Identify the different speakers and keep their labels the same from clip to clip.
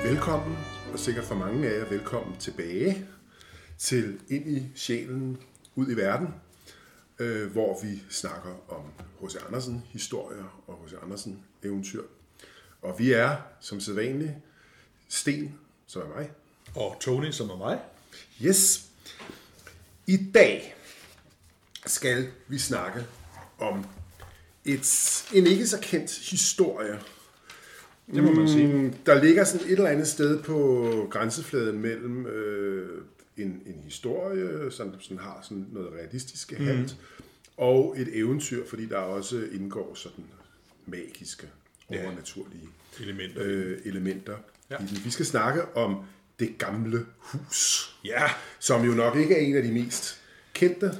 Speaker 1: Velkommen, og sikkert for mange af jer velkommen tilbage til Ind i sjælen, ud i verden, hvor vi snakker om H.C. Andersen historier og H.C. Andersen eventyr. Og vi er, som sædvanligt, Sten, som er mig.
Speaker 2: Og Tony, som er mig.
Speaker 1: Yes. I dag skal vi snakke om en ikke så kendt historie.
Speaker 2: Det må man sige.
Speaker 1: Der ligger sådan et eller andet sted på grænsefladen mellem en historie, som har sådan noget realistisk halt, og et eventyr, fordi der også indgår sådan magiske, overnaturlige elementer i den. Vi skal snakke om Det Gamle Hus, som jo nok ikke er en af de mest kendte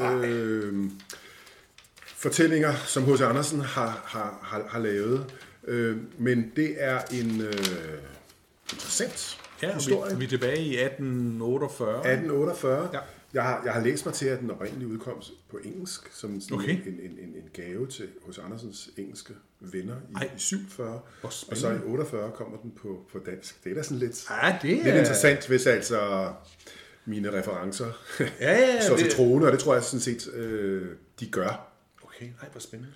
Speaker 1: fortællinger, som H.C. Andersen har lavet. Men det er en interessant historie.
Speaker 2: Vi er tilbage i 1848.
Speaker 1: 1848. Ja. Jeg har læst mig til, at den oprindelige udkom på engelsk, som en gave til H.C. Andersens engelske venner i 47. Og så i 48 kommer den på dansk. Det er da sådan lidt, lidt interessant, hvis altså mine referencer står til troende, og det tror jeg sådan set, de gør.
Speaker 2: Okay, hvor spændende.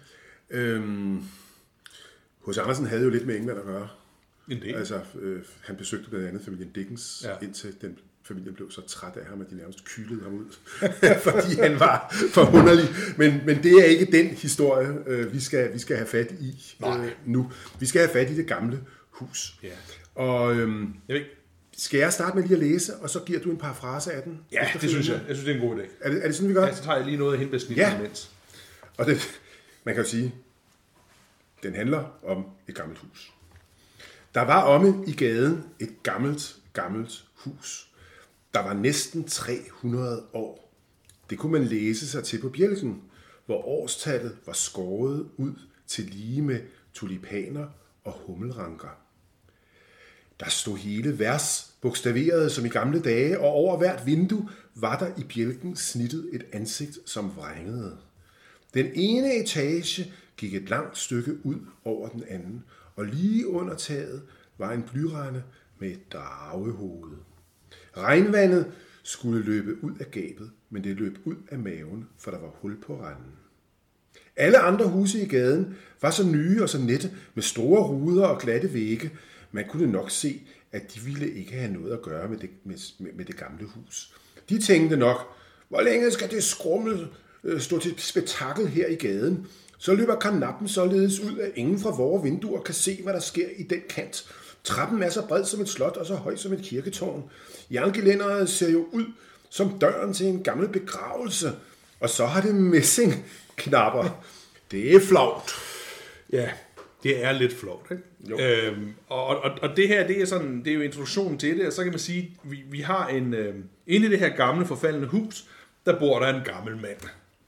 Speaker 1: H.C. Andersen havde jo lidt med England at gøre.
Speaker 2: Altså,
Speaker 1: han besøgte blandt andet familien Dickens, indtil den familien blev så træt af ham, at de nærmest kylede ham ud, fordi han var forunderlig. Men det er ikke den historie, vi skal have fat i nu. Vi skal have fat i Det Gamle Hus.
Speaker 2: Ja.
Speaker 1: Og skal jeg starte med lige at læse, og så giver du en par fraser af den?
Speaker 2: Ja, det synes jeg. Jeg synes, det er en god idé.
Speaker 1: Er det sådan, vi gør?
Speaker 2: Ja, så tager jeg lige noget af hindbærsnit imens.
Speaker 1: Og det, man kan jo sige, den handler om et gammelt hus. Der var omme i gaden et gammelt hus. Der var næsten 300 år. Det kunne man læse sig til på bjælken, hvor årstallet var skåret ud til lige med tulipaner og hummelranker. Der stod hele vers bogstaveret som i gamle dage, og over hvert vindue var der i bjælken snittet et ansigt, som vrængede. Den ene etage gik et langt stykke ud over den anden, og lige under taget var en blyrende med et dragehoved. Regnvandet skulle løbe ud af gabet, men det løb ud af maven, for der var hul på randen. Alle andre huse i gaden var så nye og så nette, med store ruder og glatte vægge. Man kunne nok se, at de ville ikke have noget at gøre med det gamle hus. De tænkte nok, hvor længe skal det skrummel stå til spektakel her i gaden? Så løber karnappen således ud, at ingen fra vores vinduer kan se, hvad der sker i den kant. Trappen er så bred som et slot og så høj som et kirketårn. Jerngelænderet ser jo ud som døren til en gammel begravelse. Og så har det messingknapper. Det er flovt.
Speaker 2: Ja, det er lidt flovt, ikke? Og det her, det er jo introduktionen til det, og så kan man sige, vi har inde i det her gamle forfaldne hus, der bor der en gammel mand.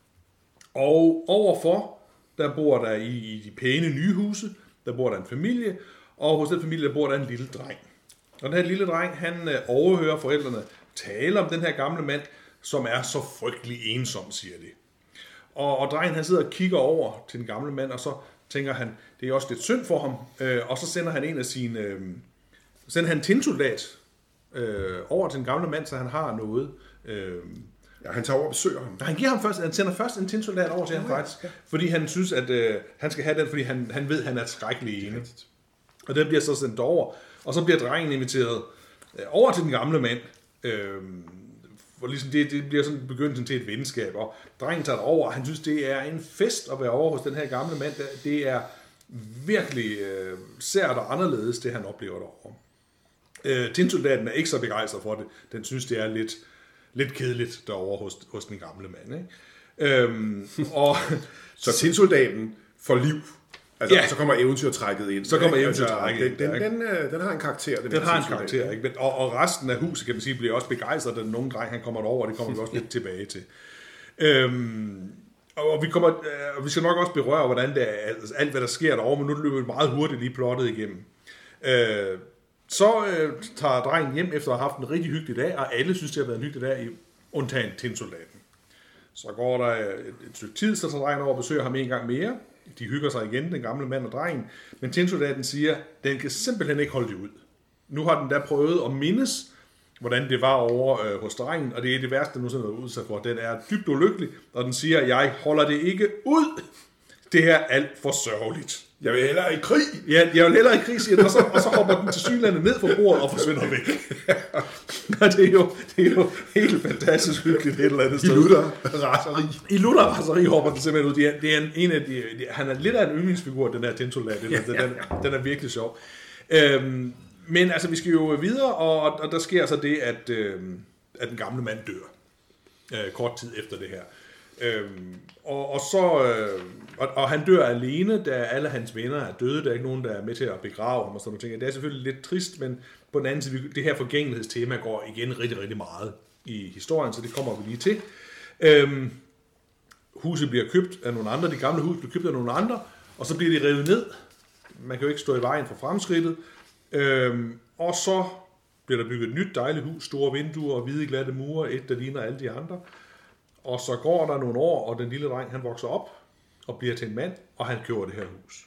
Speaker 2: Og overfor, der bor der i de pæne nye huse, der bor der en familie, og hos den familie, der bor der en lille dreng. Og den her lille dreng, han overhører forældrene tale om den her gamle mand, som er så frygtelig ensom, siger de. Og drengen, han sidder og kigger over til den gamle mand, og så tænker han, det er også lidt synd for ham, og så sender han en tinsoldat over til den gamle mand, så han har noget.
Speaker 1: Han tager over og besøger ham.
Speaker 2: Han sender først en tinsoldat over til ham faktisk, fordi han synes, at han skal have den, fordi han ved, at han er skrækkelig ene. Og den bliver så sendt over, og så bliver drengen inviteret over til den gamle mand, hvor ligesom det bliver sådan begyndelsen til et venskab, og drengen tager det over, og han synes, det er en fest at være over hos den her gamle mand. Det er virkelig sært og anderledes, det han oplever derovre. Tinsoldaten er ikke så begejstret for det. Den synes, det er lidt kedeligt derovre hos den gamle mand. Ikke?
Speaker 1: Så tinsoldaten får liv. Altså, så kommer eventyrtrækket ind.
Speaker 2: Så kommer eventyrtrækket ind.
Speaker 1: Den har en karakter.
Speaker 2: Den har en karakter, ikke? Og resten af huset, kan man sige, bliver også begejstret, da den unge dreng, han kommer derover, og det kommer vi også lidt tilbage til. Og vi skal nok også berøre, hvordan det er, alt hvad der sker derovre, men nu løber vi meget hurtigt lige plottet igennem. Så tager drengen hjem efter at have haft en rigtig hyggelig dag, og alle synes, det har været en hyggelig dag, undtagen tinsoldaten. Så går der et stykke tid, så tager drengen over og besøger ham en gang mere. De hygger sig igen, den gamle mand og drengen. Men tinsoldaten siger, den kan simpelthen ikke holde det ud. Nu har den der prøvet at mindes, hvordan det var over hos drengen, og det er det værste, nu sådan noget udsat for. Den er dybt ulykkelig, og den siger, jeg holder det ikke ud. Det er alt for sørgeligt.
Speaker 1: Jeg vil hellere i krig.
Speaker 2: Ja, jeg vil hellere i krig, siger den, og så hopper den til synlandet ned fra bordet og forsvinder væk. Og det er jo helt fantastisk hyggeligt et eller andet sted.
Speaker 1: I Luther-raseri.
Speaker 2: I Luther-raseri hopper den simpelthen ud. Det er en af han er lidt af en yndlingsfigur, den her tinsoldat. Den er virkelig sjov. Men altså, vi skal jo videre, og der sker så det, at den gamle mand dør. Kort tid efter det her. Og han dør alene, da alle hans venner er døde. Der er ikke nogen, der er med til at begrave ham og sådan noget. Det er selvfølgelig lidt trist, men på den anden side, det her forgængelighedstema går igen rigtig, rigtig meget i historien, så det kommer vi lige til. Huset bliver købt af nogle andre, de gamle hus bliver købt af nogle andre, og så bliver de revet ned. Man kan jo ikke stå i vejen for fremskridtet. Og så bliver der bygget et nyt dejligt hus, store vinduer og hvide glatte mure, et der ligner alle de andre. Og så går der nogle år, og den lille dreng, han vokser op og bliver til en mand, og han køber det her hus.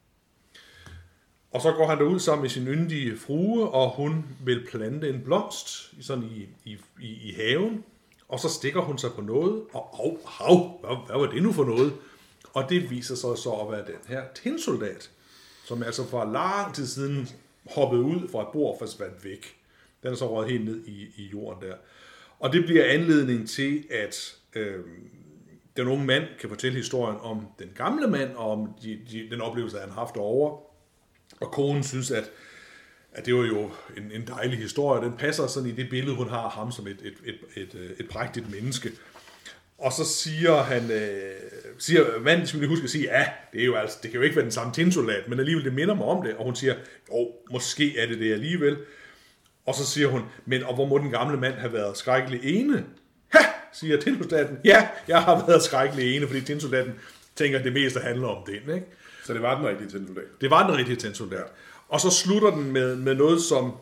Speaker 2: Og så går han derud sammen med sin yndige frue, og hun vil plante en blomst sådan i haven, og så stikker hun sig på noget, og hvad var det nu for noget? Og det viser sig så at være den her tinsoldat, som altså for lang tid siden hoppede ud fra et bord og forsvandt væk. Den er så røget helt ned i jorden der. Og det bliver anledning til, at den unge mand kan fortælle historien om den gamle mand, og om den oplevelse, han har haft over. Og konen synes, at det var jo en dejlig historie. Den passer sådan i det billede, hun har af ham som et prægtigt menneske. Og så siger manden, som vi husker at sige, ja, det kan jo ikke være den samme tinsoldat, men alligevel det minder mig om det. Og hun siger, måske er det alligevel. Og så siger hun, og hvor må den gamle mand have været skrækkelig ene? Ha, siger tinsoldaten. Ja, jeg har været skrækkelig ene, fordi tinsoldaten tænker, at det meste handler om den, ikke?
Speaker 1: Så det var den rigtige tinsoldat.
Speaker 2: Det var den rigtige tinsoldat. Ja. Og så slutter den med noget, som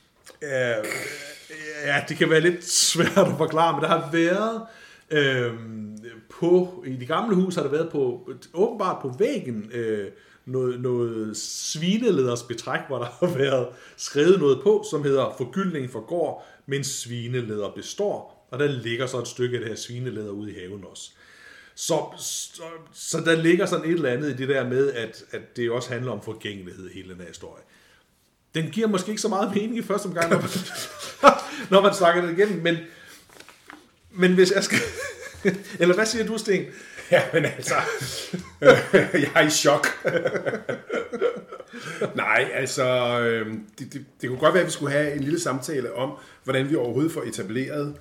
Speaker 2: det kan være lidt svært at forklare, men der har været i de gamle hus har der været åbenbart på væggen noget svineleders betræk, hvor der har været skrevet noget på, som hedder forgyldning forgår, men svineleder består. Og der ligger så et stykke af det her svineleder ude i haven også. Så der ligger sådan et eller andet i det der med, at det også handler om forgængelighed, hele den her historie. Den giver måske ikke så meget mening i første omgang, når man snakker det igennem, men hvis jeg skal... Eller hvad siger du, Sten?
Speaker 1: Ja, men altså... jeg er i chok. Nej, altså... Det kunne godt være, at vi skulle have en lille samtale om, hvordan vi overhovedet får etableret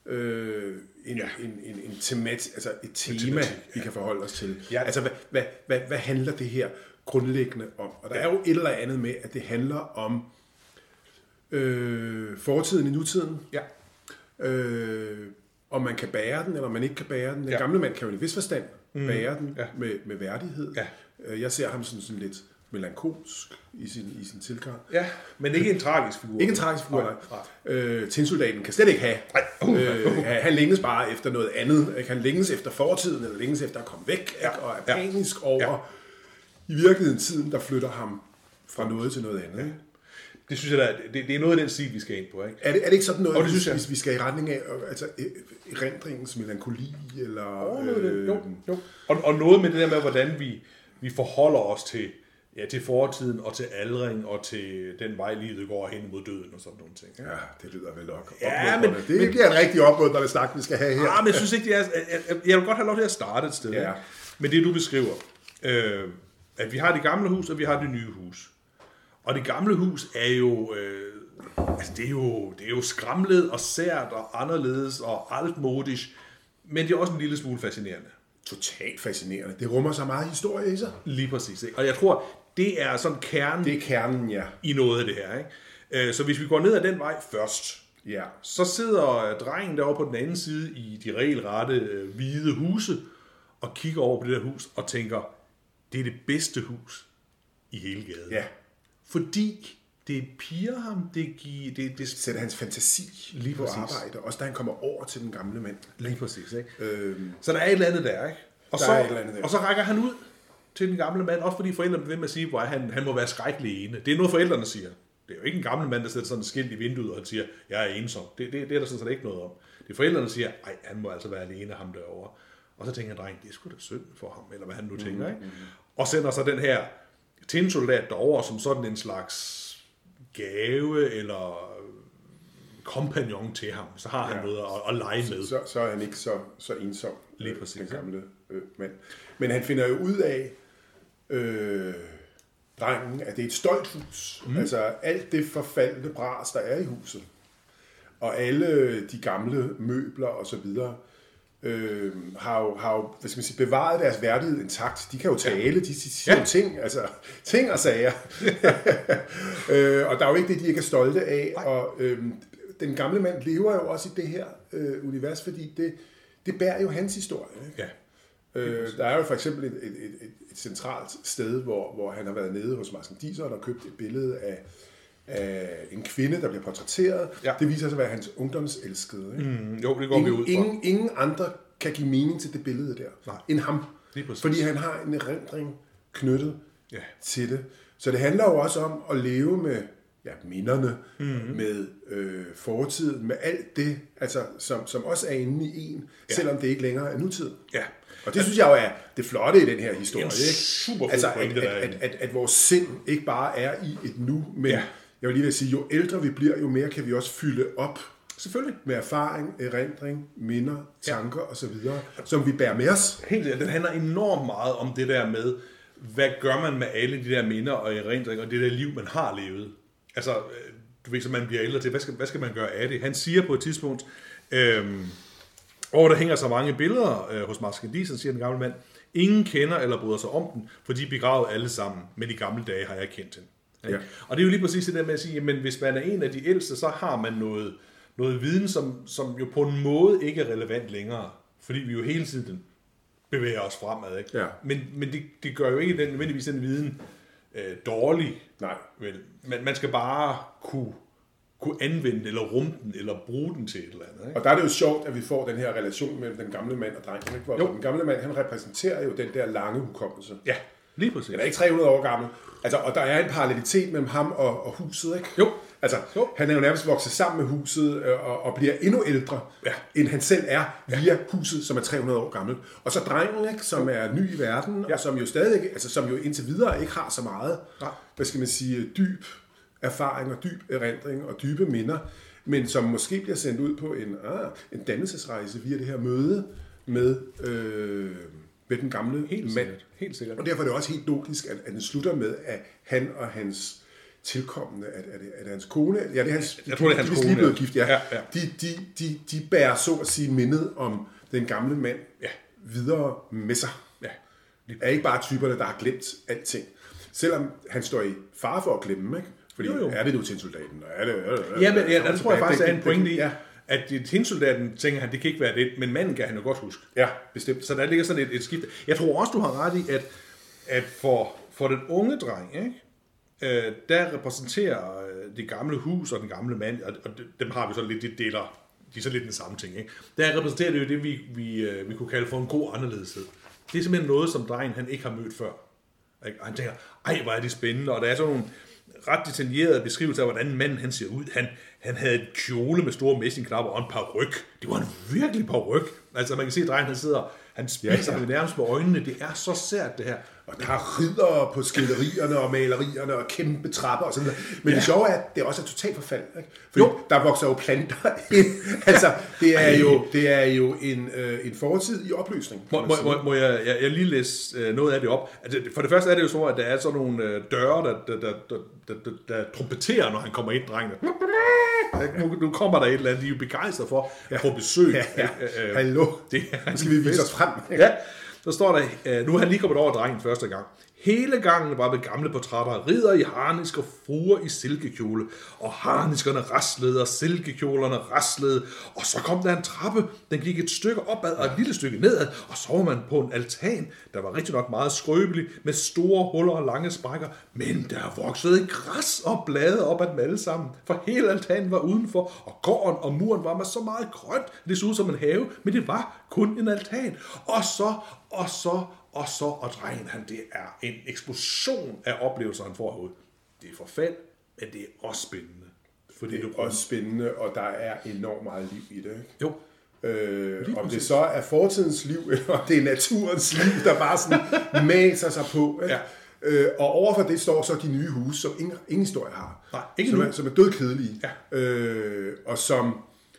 Speaker 1: et tema, vi kan forholde os til. Ja. Altså, hvad handler det her grundlæggende om? Og der er jo et eller andet med, at det handler om fortiden i nutiden. Ja. Om man kan bære den, eller man ikke kan bære den. Den gamle mand kan jo i en vis forstand bære den med værdighed. Ja. Jeg ser ham sådan lidt melankolsk i sin tilgang.
Speaker 2: Ja, men ikke en tragisk figur.
Speaker 1: Ikke en tragisk figur, nej. Tinsoldaten kan slet ikke have. Han længes bare efter noget andet. Han længes efter fortiden, eller længes efter at komme væk, og er panisk over i virkeligheden tiden, der flytter ham fra noget til noget andet. Ikke?
Speaker 2: Det synes jeg, det er noget af den stil, vi skal ind på. Ikke?
Speaker 1: Er det ikke sådan noget, hvis vi skal i retning af erindringens melankoli? Eller,
Speaker 2: jo. Og noget med det der med, hvordan vi forholder os til fortiden, og til aldring, og til den vej, livet går hen mod døden, og sådan nogle ting.
Speaker 1: Ja, det lyder vel nok. Ja, men det bliver en rigtig opmuntret snak, vi skal have her.
Speaker 2: Ja, men jeg synes ikke, det er... Jeg vil godt have lov til at starte et sted. Ja. Med det, du beskriver. At vi har det gamle hus, og vi har det nye hus. Og det gamle hus er jo... det er jo skramlet og sært og anderledes og altmodisk, men det er også en lille smule fascinerende.
Speaker 1: Totalt fascinerende. Det rummer så meget historie i sig.
Speaker 2: Lige præcis. Ikke? Og jeg tror, det er sådan kernen,
Speaker 1: det er kernen, ja,
Speaker 2: i noget af det her. Ikke? Så hvis vi går ned ad den vej først, så sidder drengen derovre på den anden side i de regelrette hvide huse og kigger over på det der hus og tænker, det er det bedste hus i hele gaden. Ja. Fordi det piger ham, det
Speaker 1: sætter hans fantasi lige på arbejde, også da han kommer over til den gamle mand.
Speaker 2: Lige præcis, ikke? Så der er et eller andet der, ikke? Og så rækker han ud til den gamle mand, også fordi forældrene vil med at sige, hvor han må være skrækkelig ene. Det er noget, forældrene siger. Det er jo ikke en gammel mand, der sætter sådan et skilt i vinduet og siger, jeg er ensom. Det er der sådan set ikke noget om. Det er forældrene, der siger, ej, han må altså være alene, ham derovre. Og så tænker drengen, det er sgu da synd for ham, eller hvad han nu tænker, ikke? Og sender så den her tinsoldat derover som sådan en slags gave, eller kompagnon til ham. Så har han noget at lege med.
Speaker 1: Så er han ikke så ensom,
Speaker 2: lige præcis,
Speaker 1: den gamle mand. Men han finder jo ud af, drengen, at det er et stolt hus. Altså alt det forfaldne bras, der er i huset. Og alle de gamle møbler og så videre, har jo hvad skal man sige, bevaret deres værdighed intakt. De kan jo tale, de siger jo ting, altså ting og sager. Og der er jo ikke det, de ikke er stolte af. Og den gamle mand lever jo også i det her univers, fordi det bærer jo hans historie. Ikke? Ja. Der er jo for eksempel et centralt sted, hvor han har været nede hos Marskandiseren og købt et billede af en kvinde, der bliver portrætteret. Ja. Det viser sig at være hans ungdomselskede. Ikke?
Speaker 2: Jo, det går vi ud fra.
Speaker 1: Ingen andre kan give mening til det billede der, end ham. Fordi han har en erindring knyttet til det. Så det handler jo også om at leve med minderne, med fortiden, med alt det, altså, som også er inde i en, selvom det ikke længere er nutid. Ja. Og det synes jeg jo er det flotte i den her historie. Ikke?
Speaker 2: Super
Speaker 1: altså, at vores sind ikke bare er i et nu, men jeg vil lige vil sige, jo ældre vi bliver, jo mere kan vi også fylde op.
Speaker 2: Selvfølgelig.
Speaker 1: Med erfaring, erindring, minder, tanker osv., som vi bærer med os.
Speaker 2: Helt, den handler enormt meget om det der med, hvad gør man med alle de der minder og erindringer, og det der liv, man har levet. Altså, du ved, så man bliver ældre til, hvad skal man gøre af det? Han siger på et tidspunkt, der hænger så mange billeder hos Marskandiseren, siger den gamle mand, ingen kender eller bryder sig om den, for de er begravet alle sammen, men i gamle dage har jeg kendt den. Ja. Og det er jo lige præcis det der med at sige, men hvis man er en af de ældste, så har man noget viden, som jo på en måde ikke er relevant længere, fordi vi jo hele tiden bevæger os fremad. Ikke? Ja. Men det gør jo ikke nødvendigvis den viden dårlig.
Speaker 1: Nej.
Speaker 2: Vel? Men man skal bare kunne anvende den, eller rumme den, eller bruge den til et eller andet. Ikke?
Speaker 1: Og der er det jo sjovt, at vi får den her relation mellem den gamle mand og drengen. Ikke? Hvor den gamle mand, han repræsenterer jo den der lange hukommelse.
Speaker 2: Ja, lige præcis.
Speaker 1: Den er ikke 300 år gammel. Altså, og der er en parallelitet mellem ham og huset, ikke?
Speaker 2: Jo.
Speaker 1: Altså, han er jo nærmest vokset sammen med huset og bliver endnu ældre, end han selv er, via huset, som er 300 år gammel. Og så drengen, ikke, som er ny i verden, og som jo stadig, altså som jo indtil videre ikke har så meget, hvad skal man sige, dyb erfaring og dyb erindring og dybe minder, men som måske bliver sendt ud på en dannelsesrejse via det her møde med den gamle mand.
Speaker 2: Helt sikkert.
Speaker 1: Og derfor er det også helt logisk, at den slutter med, at han og hans tilkommende, er det hans kone? Ja, det er hans,
Speaker 2: jeg tror, det er hans kone.
Speaker 1: Lige blevet gift, ja. De bærer så at sige mindet om den gamle mand videre med sig. Ja. Er ikke bare typerne, der har glemt alting. Selvom han står i fare for at glemme, ikke? Fordi er det nu til soldaten?
Speaker 2: Der tror jeg faktisk, er en pointe i, at tinsoldaten tænker han, det kan ikke være det, men manden kan han jo godt huske.
Speaker 1: Ja, bestemt.
Speaker 2: Så der ligger sådan et skift. Jeg tror også, du har ret i, at for den unge dreng, ikke? Der repræsenterer det gamle hus og den gamle mand, og dem har vi så lidt, de er så lidt den samme ting, ikke? Der repræsenterer det jo det, vi kunne kalde for en god anderledeshed. Det er simpelthen noget, som drengen han ikke har mødt før. Og han tænker, ej, hvor er det spændende, og der er sådan nogle ret detaljerede beskrivelser af, hvordan manden han ser ud. Han havde et kjole med store messingknapper og en paryk. Det var en virkelig paryk. Altså man kan se, at drengen han spiser med nærmest med øjnene. Det er så sært, det her.
Speaker 1: Og der er ridder på skilderierne og malerierne og kæmpe trapper og sådan noget. Men det sjove er, at det også er totalt forfald. Ikke? Fordi der vokser jo planter ind. Altså, det er jo en fortid i opløsning.
Speaker 2: Må jeg lige læse noget af det op? Altså, for det første er det jo så, at der er sådan nogle døre, der trompeterer, når han kommer ind, drengene. Nu kommer der et eller andet, de er jo begejstrede for at få besøg.
Speaker 1: Hallo, nu skal vi vise os frem.
Speaker 2: Ja, så står der, nu er han lige kommet over drengen første gang. Hele gangen var med gamle portrætter, ridder i harnisk og fruer i silkekjole, og harniskerne raslede, og silkekjolerne raslede, og så kom der en trappe, den gik et stykke opad og et lille stykke nedad, og så var man på en altan, der var rigtig nok meget skrøbelig, med store huller og lange sprækker, men der voksede græs og blade op ad dem alle sammen, for hele altanen var udenfor, og gården og muren var med så meget grønt, det så ud som en have, men det var kun en altan, og drengen han, det er en eksplosion af oplevelser, han får herude. Det er forfald, Men det er også spændende. Fordi
Speaker 1: det er også spændende, og der er enormt meget liv i det, ikke?
Speaker 2: Jo.
Speaker 1: Om det så er fortidens liv, eller det er naturens liv, der bare sådan maser sig på. Ikke? Ja. Og overfor det står så de nye huse, som ingen historie har.
Speaker 2: Nej, ikke
Speaker 1: som er dødkedelige.
Speaker 2: Ja.
Speaker 1: Og som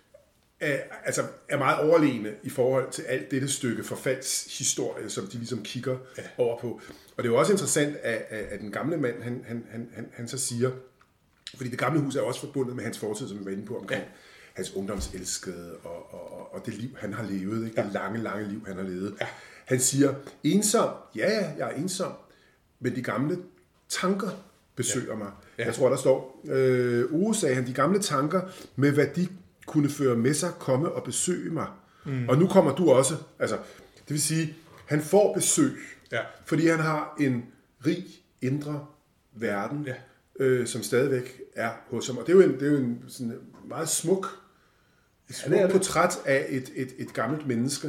Speaker 1: er meget overlegne i forhold til alt dette stykke forfaldshistorie, som de ligesom kigger over på. Og det er jo også interessant, at den gamle mand, han så siger, fordi det gamle hus er også forbundet med hans fortid, som vi var inde på omkring hans ungdomselskede og det liv, han har levet. Ikke? Det lange liv, han har levet. Ja. Han siger, ensom, ja, jeg er ensom, men de gamle tanker besøger mig. Ja. Jeg tror, der står, Ove sagde han, de gamle tanker med, hvad de kunne føre med sig, komme og besøge mig. Og nu kommer du også. Altså, det vil sige, han får besøg, fordi han har en rig indre verden, som stadigvæk er hos ham. Og det er jo en sådan meget smuk portræt af et gammelt menneske,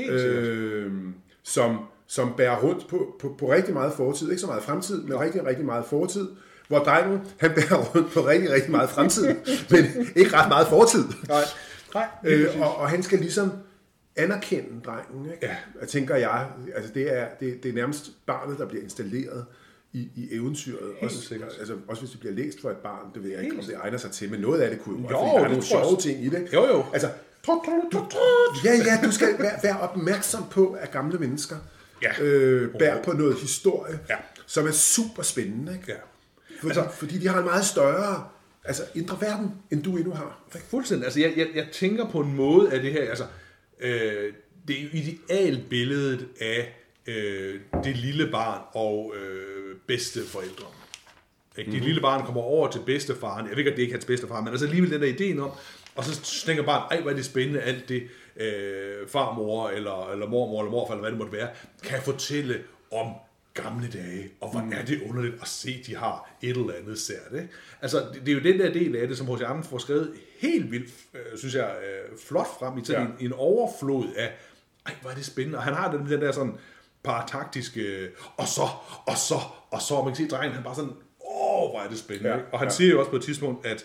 Speaker 1: som bærer rundt på rigtig meget fortid. Ikke så meget fremtid, men rigtig meget fortid. Hvor drengen, han bærer rundt på rigtig meget fremtid, men ikke ret meget fortid. Nej. Og han skal ligesom anerkende drengen. Ikke? Ja. Jeg tænker altså det er nærmest barnet, der bliver installeret i eventyret. Også hvis det bliver læst for et barn, det ved jeg ikke, om det egner sig til, men noget af det kunne jo også, der er nogle sjove ting i det.
Speaker 2: Jo.
Speaker 1: Altså, du skal være opmærksom på, at gamle mennesker bærer på noget historie, som er super spændende. Ikke? Ja. Fordi de har en meget større indre verden, end du endnu har.
Speaker 2: Fuldstændig. Altså, jeg tænker på en måde af det her, altså, det er jo idealbilledet af det lille barn og bedsteforældre. Det lille barn kommer over til bedstefaren. Jeg ved ikke, at det ikke er hans bedstefar, men altså alligevel den der ideen om, og så tænker barn, hvor er det spændende, alt det farmor, eller mormor, eller morfar, eller hvad det måtte være, kan fortælle om gamle dage, og hvor er det underligt at se, de har et eller andet sært. Ikke? Altså, det er jo den der del af det, som H.C. Andersen får skrevet helt vildt, synes jeg, flot frem i sådan en overflod af, hvor er det spændende, og han har den der sådan parataktiske, og så, man kan se drengen, han bare sådan, hvor er det spændende. Ja, og han siger jo også på et tidspunkt, at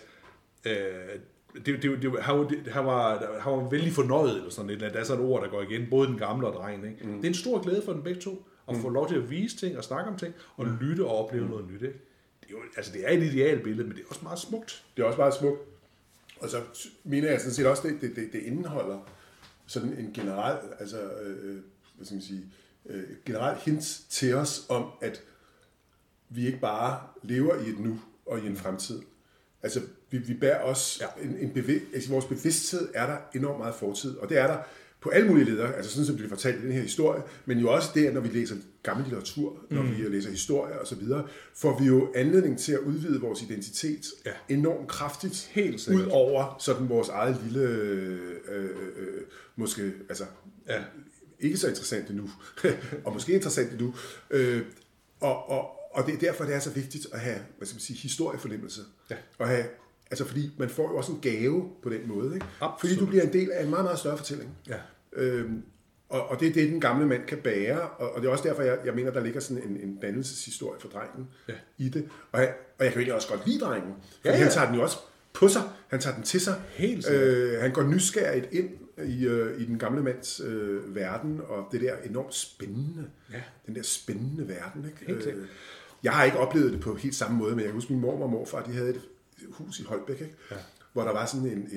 Speaker 2: han var vældig fornøjet, eller sådan et, der er sådan et ord, der går igen, både den gamle og drengen. Ikke? Det er en stor glæde for dem begge to, at få lov til at vise ting, og snakke om ting, og lytte og opleve noget nyt. Ikke? Det er et idealt billede, men det er også meget smukt.
Speaker 1: Det er også meget smukt. Og så mener jeg sådan set også, det indeholder sådan en generel, hvad skal man sige, generelt hint til os om, at vi ikke bare lever i et nu og i en fremtid. Altså, vi bærer også vores bevidsthed er der enormt meget fortid, og det er der på alle mulige leder, altså sådan som det bliver fortalt i den her historie, men jo også der, når vi læser gammel litteratur, når vi læser historie og så videre, får vi jo anledning til at udvide vores identitet enormt kraftigt, ud over sådan vores eget lille, måske, ikke så interessant endnu, og måske interessant endnu, og det er derfor, det er så vigtigt at have, hvad skal man sige, historiefornemmelse. Ja. Og have, fordi man får jo også en gave på den måde, ikke? Fordi du bliver en del af en meget, meget større fortælling. Ja. Og det er det, den gamle mand kan bære, og det er også derfor, jeg mener, der ligger sådan en dannelseshistorie for drengen i det. Og jeg kan jo egentlig også godt lide drengen, fordi han tager den jo også på sig, han tager den til sig. Helt han går nysgerrigt ind i den gamle mands verden, og det der enormt spændende, den der spændende verden. Ikke? Jeg har ikke oplevet det på helt samme måde, men jeg kan huske, min mormor og morfar, de havde et hus i Holbæk, ikke? Ja. Hvor der var sådan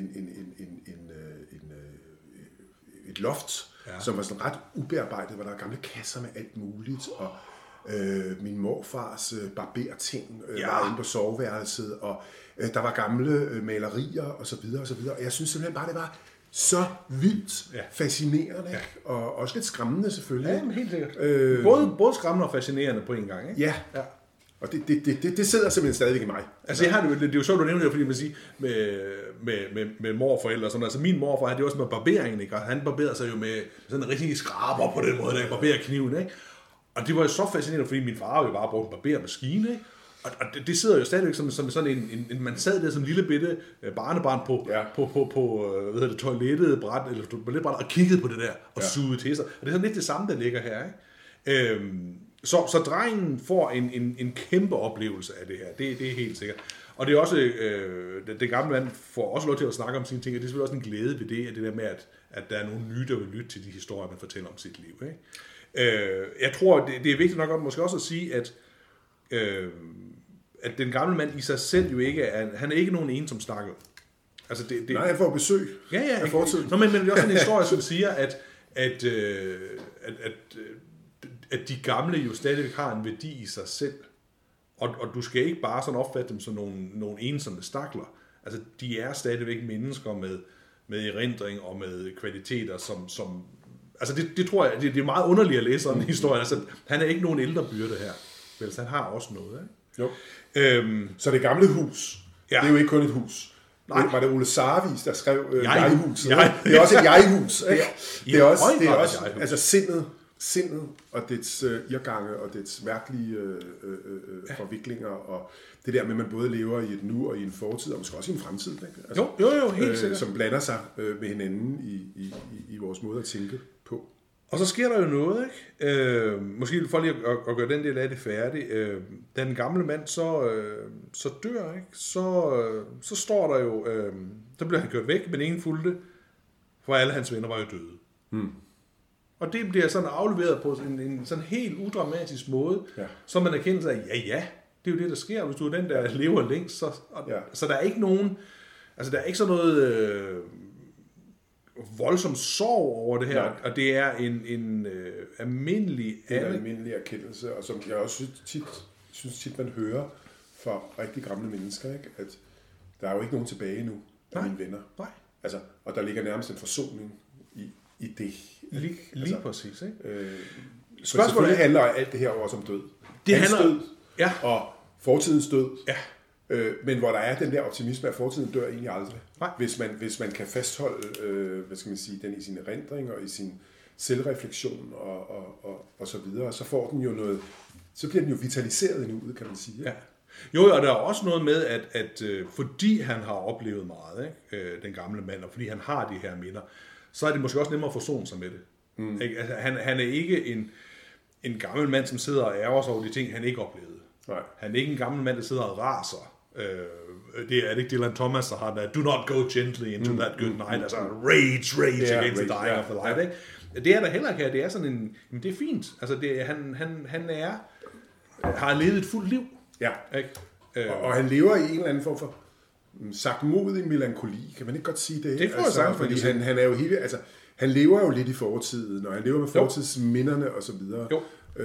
Speaker 1: et loft, som var sådan ret ubearbejdet, hvor der var gamle kasser med alt muligt, og min morfars barberting var inde på soveværelset, og der var gamle malerier, og så videre, og så videre. Og jeg synes simpelthen bare, det var så vildt fascinerende, og også lidt skræmmende selvfølgelig.
Speaker 2: Ja, helt sikkert. Både skræmmende og fascinerende på en gang, ikke?
Speaker 1: Ja. Og det sidder simpelthen stadigvæk i mig.
Speaker 2: Altså jeg har det er jo sjovt, du nævner det, fordi man siger, med morforældre og sådan. Altså min morfar, han det også med barberingen, ikke? Og han barberede sig jo med sådan en rigtig skraber på den måde, der barberer kniven, ikke? Og det var jo så fascinerende, fordi min far jo bare brugte en barbermaskine, ikke? Og det sidder jo stadigvæk som sådan en man sad der som en lille bitte barnebarn på toilettet bræt, eller toiletbræt, og kiggede på det der, og sugede til sig. Og det er sådan lidt det samme, der ligger her, ikke? Så drengen får en kæmpe oplevelse af det her, det er helt sikkert. Og det er også, det gamle mand får også lov til at snakke om sine ting, og det er selvfølgelig også en glæde ved det, at det der med, at der er nogle nye, der vil lytte til de historier, man fortæller om sit liv. Ikke? Jeg tror, det er vigtigt nok måske også at sige, at den gamle mand i sig selv jo ikke han er ikke nogen ensom stakkel. Altså
Speaker 1: Nej, han får besøg af fortiden.
Speaker 2: Men det er også en historie, som siger, at de gamle jo stadigvæk har en værdi i sig selv. Og du skal ikke bare sådan opfatte dem som nogle ensomme stakler. Altså, de er stadigvæk mennesker med erindring og med kvaliteter, som altså, det tror jeg, det er meget underligt at læse sådan en historie. Altså, han er ikke nogen ældre byrde her. Vel, han har også noget, ikke?
Speaker 1: Jo. Så det gamle hus, det er jo ikke kun et hus. Nej. Var det Ole Sarvis, der skrev jeghuset? Det er også et jegehus. Det er også altså sindet og dets irrgange og dets mærkelige forviklinger og det der med, at man både lever i et nu og i en fortid, og måske også i en fremtid. Ikke? Altså,
Speaker 2: jo, helt sikkert.
Speaker 1: Som blander sig med hinanden i vores måde at tænke på.
Speaker 2: Og så sker der jo noget, ikke? Måske for lige at gøre den del af det færdig. Da den gamle mand så dør, ikke? Så står der jo, så bliver han kørt væk, men ingen fulgte, for alle hans venner var jo døde. Og det bliver sådan afleveret på en sådan helt udramatisk måde, så man erkender sig, ja, det er jo det, der sker, hvis du er den, der lever længst. Så der er ikke nogen, altså der er ikke sådan noget voldsom sorg over det her, og det er en almindelig
Speaker 1: erkendelse, og som jeg også synes tit man hører fra rigtig gamle mennesker, ikke? At der er jo ikke nogen tilbage nu af mine venner.
Speaker 2: Nej.
Speaker 1: Altså, og der ligger nærmest en forsoning i det.
Speaker 2: Lige præcis, ikke?
Speaker 1: Spørgsmålet handler alt det her også om død.
Speaker 2: Det
Speaker 1: Hans
Speaker 2: handler
Speaker 1: død og fortidens død.
Speaker 2: Ja.
Speaker 1: Men hvor der er den der optimisme, at fortiden dør egentlig aldrig.
Speaker 2: Nej.
Speaker 1: Hvis man kan fastholde, hvad skal man sige, den i sine erindringer og i sin selvreflektion og så videre, så får den jo noget, så bliver den jo vitaliseret i nuet, kan man sige.
Speaker 2: Ja. Jo, og der er også noget med, at fordi han har oplevet meget, ikke, den gamle mand, og fordi han har de her minder, så er det måske også nemmere at forsone sig med det. Ikke? Altså, han er ikke en gammel mand, som sidder og ærger sig over de ting, han ikke oplevede.
Speaker 1: Nej.
Speaker 2: Han er ikke en gammel mand, der sidder og raser. Det er ikke Dylan Thomas, der har der, do not go gently into that good night, altså rage against the dying of the light. Ikke? Det er der heller ikke her, det er sådan en, men det er fint. Altså, han har levet et fuldt liv.
Speaker 1: Ja,
Speaker 2: ikke?
Speaker 1: Og han lever i en eller anden form for sagtmodig melankoli, kan man ikke godt sige det?
Speaker 2: Det får jeg sagt,
Speaker 1: fordi han er jo hele, altså, han lever jo lidt i fortiden, og han lever med fortidsminderne og så videre.
Speaker 2: Jo.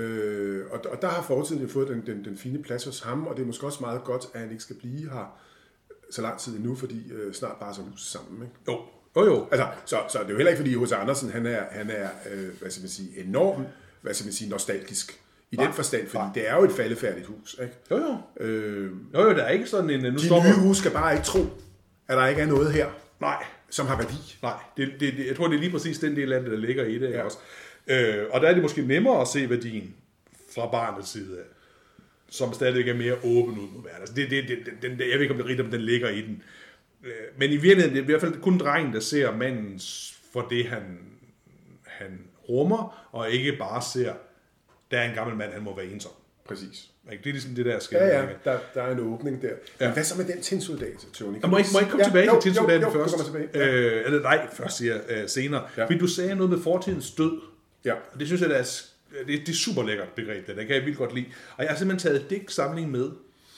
Speaker 1: Og der har fortiden jo fået den fine plads hos ham, og det er måske også meget godt, at han ikke skal blive her så lang tid endnu, fordi snart bare så huset sammen. Ikke?
Speaker 2: Jo.
Speaker 1: Altså, så det er jo heller ikke, fordi H.C. Andersen, han er hvad skal man sige, enormt, hvad skal man sige, nostalgisk. I den forstand, fordi det er jo et faldefærdigt hus, ikke?
Speaker 2: Jo, der er ikke sådan en...
Speaker 1: De nye hus skal bare ikke tro, at der ikke er noget her, som har værdi.
Speaker 2: Nej, jeg tror, det er lige præcis den del af det, der ligger i det, også. Og der er det måske nemmere at se værdien fra barnets side af, som stadigvæk er mere åben ud mod verden. Altså, jeg ved ikke, om det er rigtigt, om den ligger i den. Men i virkeligheden, det er i hvert fald kun drengen, der ser manden for det, han rummer, og ikke bare ser, der er en gammel mand, han må være ensom.
Speaker 1: Præcis.
Speaker 2: Det er ligesom det der sker.
Speaker 1: Ja, der er en åbning der. Men hvad så med den tinsuddagelse, Tony?
Speaker 2: Må jeg ikke komme tilbage til tinsuddagelse først?
Speaker 1: Eller
Speaker 2: nej, først siger jeg senere. Ja. Fordi du sagde noget med fortidens død. Ja. Og det synes jeg, det er super lækkert begreb, det kan jeg vildt godt lide. Og jeg har simpelthen taget digtsamling med,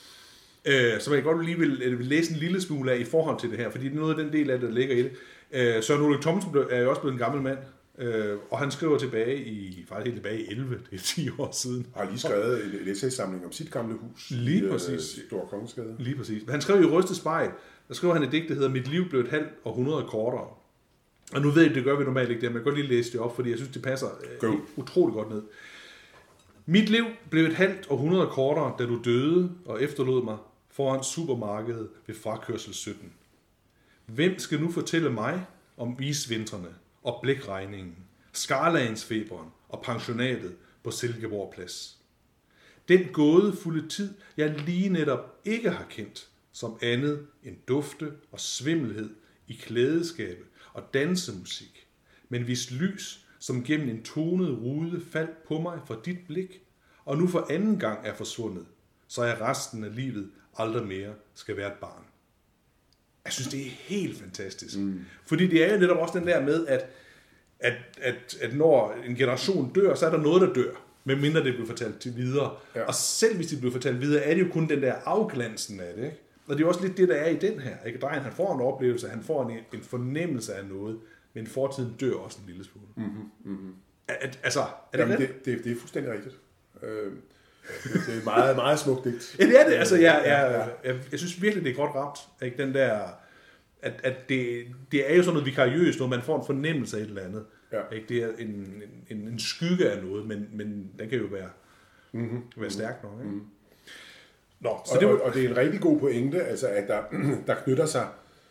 Speaker 2: som jeg godt lige vil læse en lille smule af i forhold til det her, fordi det er noget af den del af det, der ligger i det. Søren Ulrik Thomsen er jo også blevet en gammel mand, og han skriver faktisk helt tilbage i 11, det er 10 år siden.
Speaker 1: Og har lige skrevet en essaysamling om sit gamle hus.
Speaker 2: Lige præcis.
Speaker 1: Store Kongensgade.
Speaker 2: Lige præcis. Han skrev i Rystet Spejl, der skriver han et digt, der hedder Mit liv blev et halvt og 100 kortere. Og nu ved jeg, det gør vi normalt ikke det, men jeg kan godt lige læse det op, fordi jeg synes, det passer utroligt godt ned. Mit liv blev et halvt og 100 kortere, da du døde og efterlod mig foran supermarkedet ved frakørsel 17. Hvem skal nu fortælle mig om isvintrene og blikregningen, skarlagensfeberen og pensionatet på Silkeborg Plads? Den gådefulde tid, jeg lige netop ikke har kendt, som andet end dufte og svimmelhed i klædeskabe og dansemusik, men hvis lys, som gennem en tonet rude faldt på mig fra dit blik, og nu for anden gang er forsvundet, så jeg resten af livet aldrig mere skal være et barn. Jeg synes, det er helt fantastisk. Fordi det er jo netop også den der med, at når en generation dør, så er der noget, der dør, medmindre det bliver fortalt til videre. Ja. Og selv hvis det bliver fortalt videre, er det jo kun den der afglansen af det, ikke? Og det er også lidt det, der er i den her. Ikke? Drengen, han får en oplevelse, han får en fornemmelse af noget, men fortiden dør også en lille smule. Altså, er det rigtigt?
Speaker 1: Det er fuldstændig rigtigt. Det er meget, meget smukt digt.
Speaker 2: Ja, det er det. Altså, jeg synes virkelig, det er godt ramt. Ikke? Den der, at det er jo sådan noget vikariøst, når man får en fornemmelse af et eller andet. Ja. Ikke? Det er en skygge af noget, men den kan jo være stærk nok. Ikke? Nå, så
Speaker 1: og det er en rigtig god pointe, altså at der knytter sig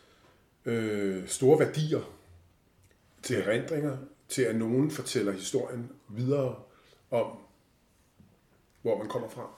Speaker 1: store værdier til erindringer, til at nogen fortæller historien videre om, hvor man kommer fra,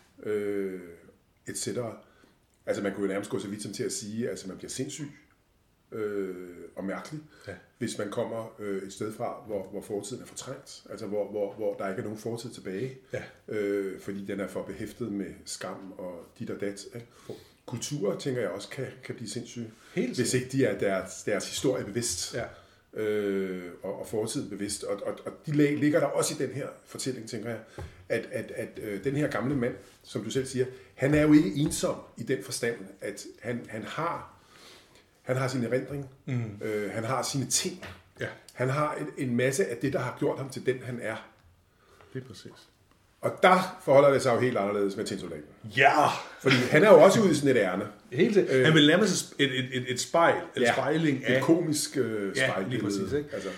Speaker 1: et cetera. Altså man kunne jo nærmest gå så vidt som til at sige, at altså, man bliver sindssyg og mærkelig, hvis man kommer et sted fra, hvor fortiden er fortrængt, altså hvor der ikke er nogen fortid tilbage, fordi den er for behæftet med skam og dit og dat. Kulturer, tænker jeg også, kan blive sindssyge, hvis ikke de er deres historie bevidst. Ja. Og fortiden bevidst. Og de ligger der også i den her fortælling, tænker jeg, at den her gamle mand, som du selv siger, han er jo ikke ensom i den forstand, at han har sin erindring, han har sine ting, han har en masse af det, der har gjort ham til den, han er.
Speaker 2: Det er præcis.
Speaker 1: Og der forholder det sig jo helt anderledes med tinsoldaten.
Speaker 2: Ja!
Speaker 1: Fordi han er jo også ude i sådan et ærne.
Speaker 2: Helt han vil nærmest et spejl, en spejling af...
Speaker 1: et komisk spejl.
Speaker 2: Ja, lige præcis. Ikke? Altså.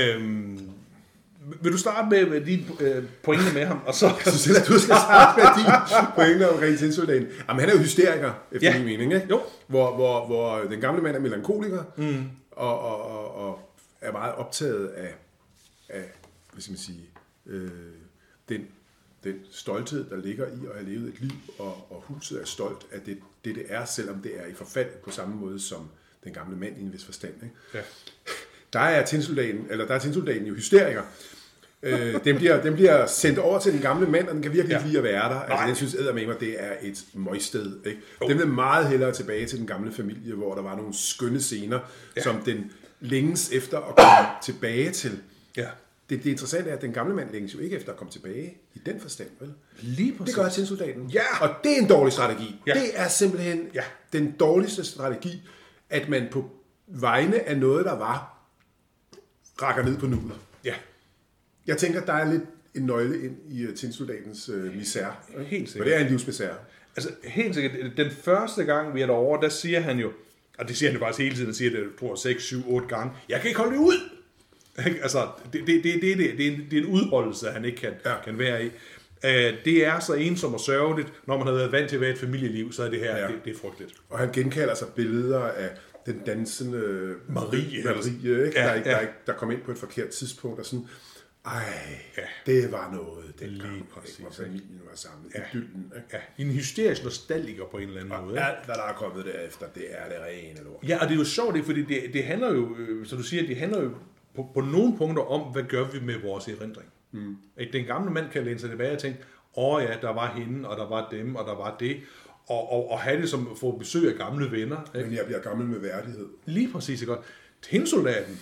Speaker 2: Vil du starte med din pointe med ham? Og så...
Speaker 1: Jeg synes, at du skal starte med din pointe omkring tinsoldaten. Jamen, han er jo hysteriker, efter min mening. Ikke? Jo. Hvor den gamle mand er melankoliker, og er meget optaget af hvad skal man sige, den stolthed, der ligger i at have levet et liv, og huset er stolt af det er, selvom det er i forfald på samme måde som den gamle mand i en vis forstand. Ikke? Ja. Der er tinsoldaten jo hysteriker. Den bliver sendt over til den gamle mand, og den kan virkelig ikke lide at være der. Altså, jeg synes eddermame, det er et møgsted. Ikke? Den vil meget hellere tilbage til den gamle familie, hvor der var nogle skønne scener, som den længes efter at komme tilbage til. Ja. Det interessante er, at den gamle mand længes jo ikke efter at komme tilbage i den forstand, vel?
Speaker 2: Lige præcis.
Speaker 1: Det gør tinsoldaten. Ja. Og det er en dårlig strategi. Ja. Det er simpelthen den dårligste strategi, at man på vegne af noget, der var, rækker ned på nuet. Ja. Jeg tænker, der er lidt en nøgle ind i tinsoldatens misère.
Speaker 2: Helt sikkert.
Speaker 1: For det er en livsmisère.
Speaker 2: Altså, helt sikkert. Den første gang, vi er derovre, der siger han jo, og det siger han jo faktisk hele tiden, han siger det, jeg tror, 6, 7, 8 gange, jeg kan ikke holde det ud! Altså, det er en udholdelse, han ikke kan være i. Det er så ensomt og sørgeligt, når man har været vant til at være et familieliv, så er det her, det er frygteligt.
Speaker 1: Og han genkalder sig billeder af den dansende
Speaker 2: Marie
Speaker 1: ikke? Der kom ind på et forkert tidspunkt, og sådan, det var noget, det gang, hvor familien var sammen, idyllen.
Speaker 2: Ja, en hysterisk nostalgiker på en eller anden måde.
Speaker 1: Alt, hvad der er kommet derefter, det er det rene lort.
Speaker 2: Ja, og det er jo sjovt, fordi det handler jo, så du siger, det handler jo på nogle punkter om, hvad gør vi med vores erindring. Den gamle mand kan læne sig tilbage og tænke, der var hende, og der var dem, og der var det, og have det som at få besøg af gamle venner.
Speaker 1: Men jeg bliver gammel med værdighed.
Speaker 2: Lige præcis, ikke godt. Tinsoldaten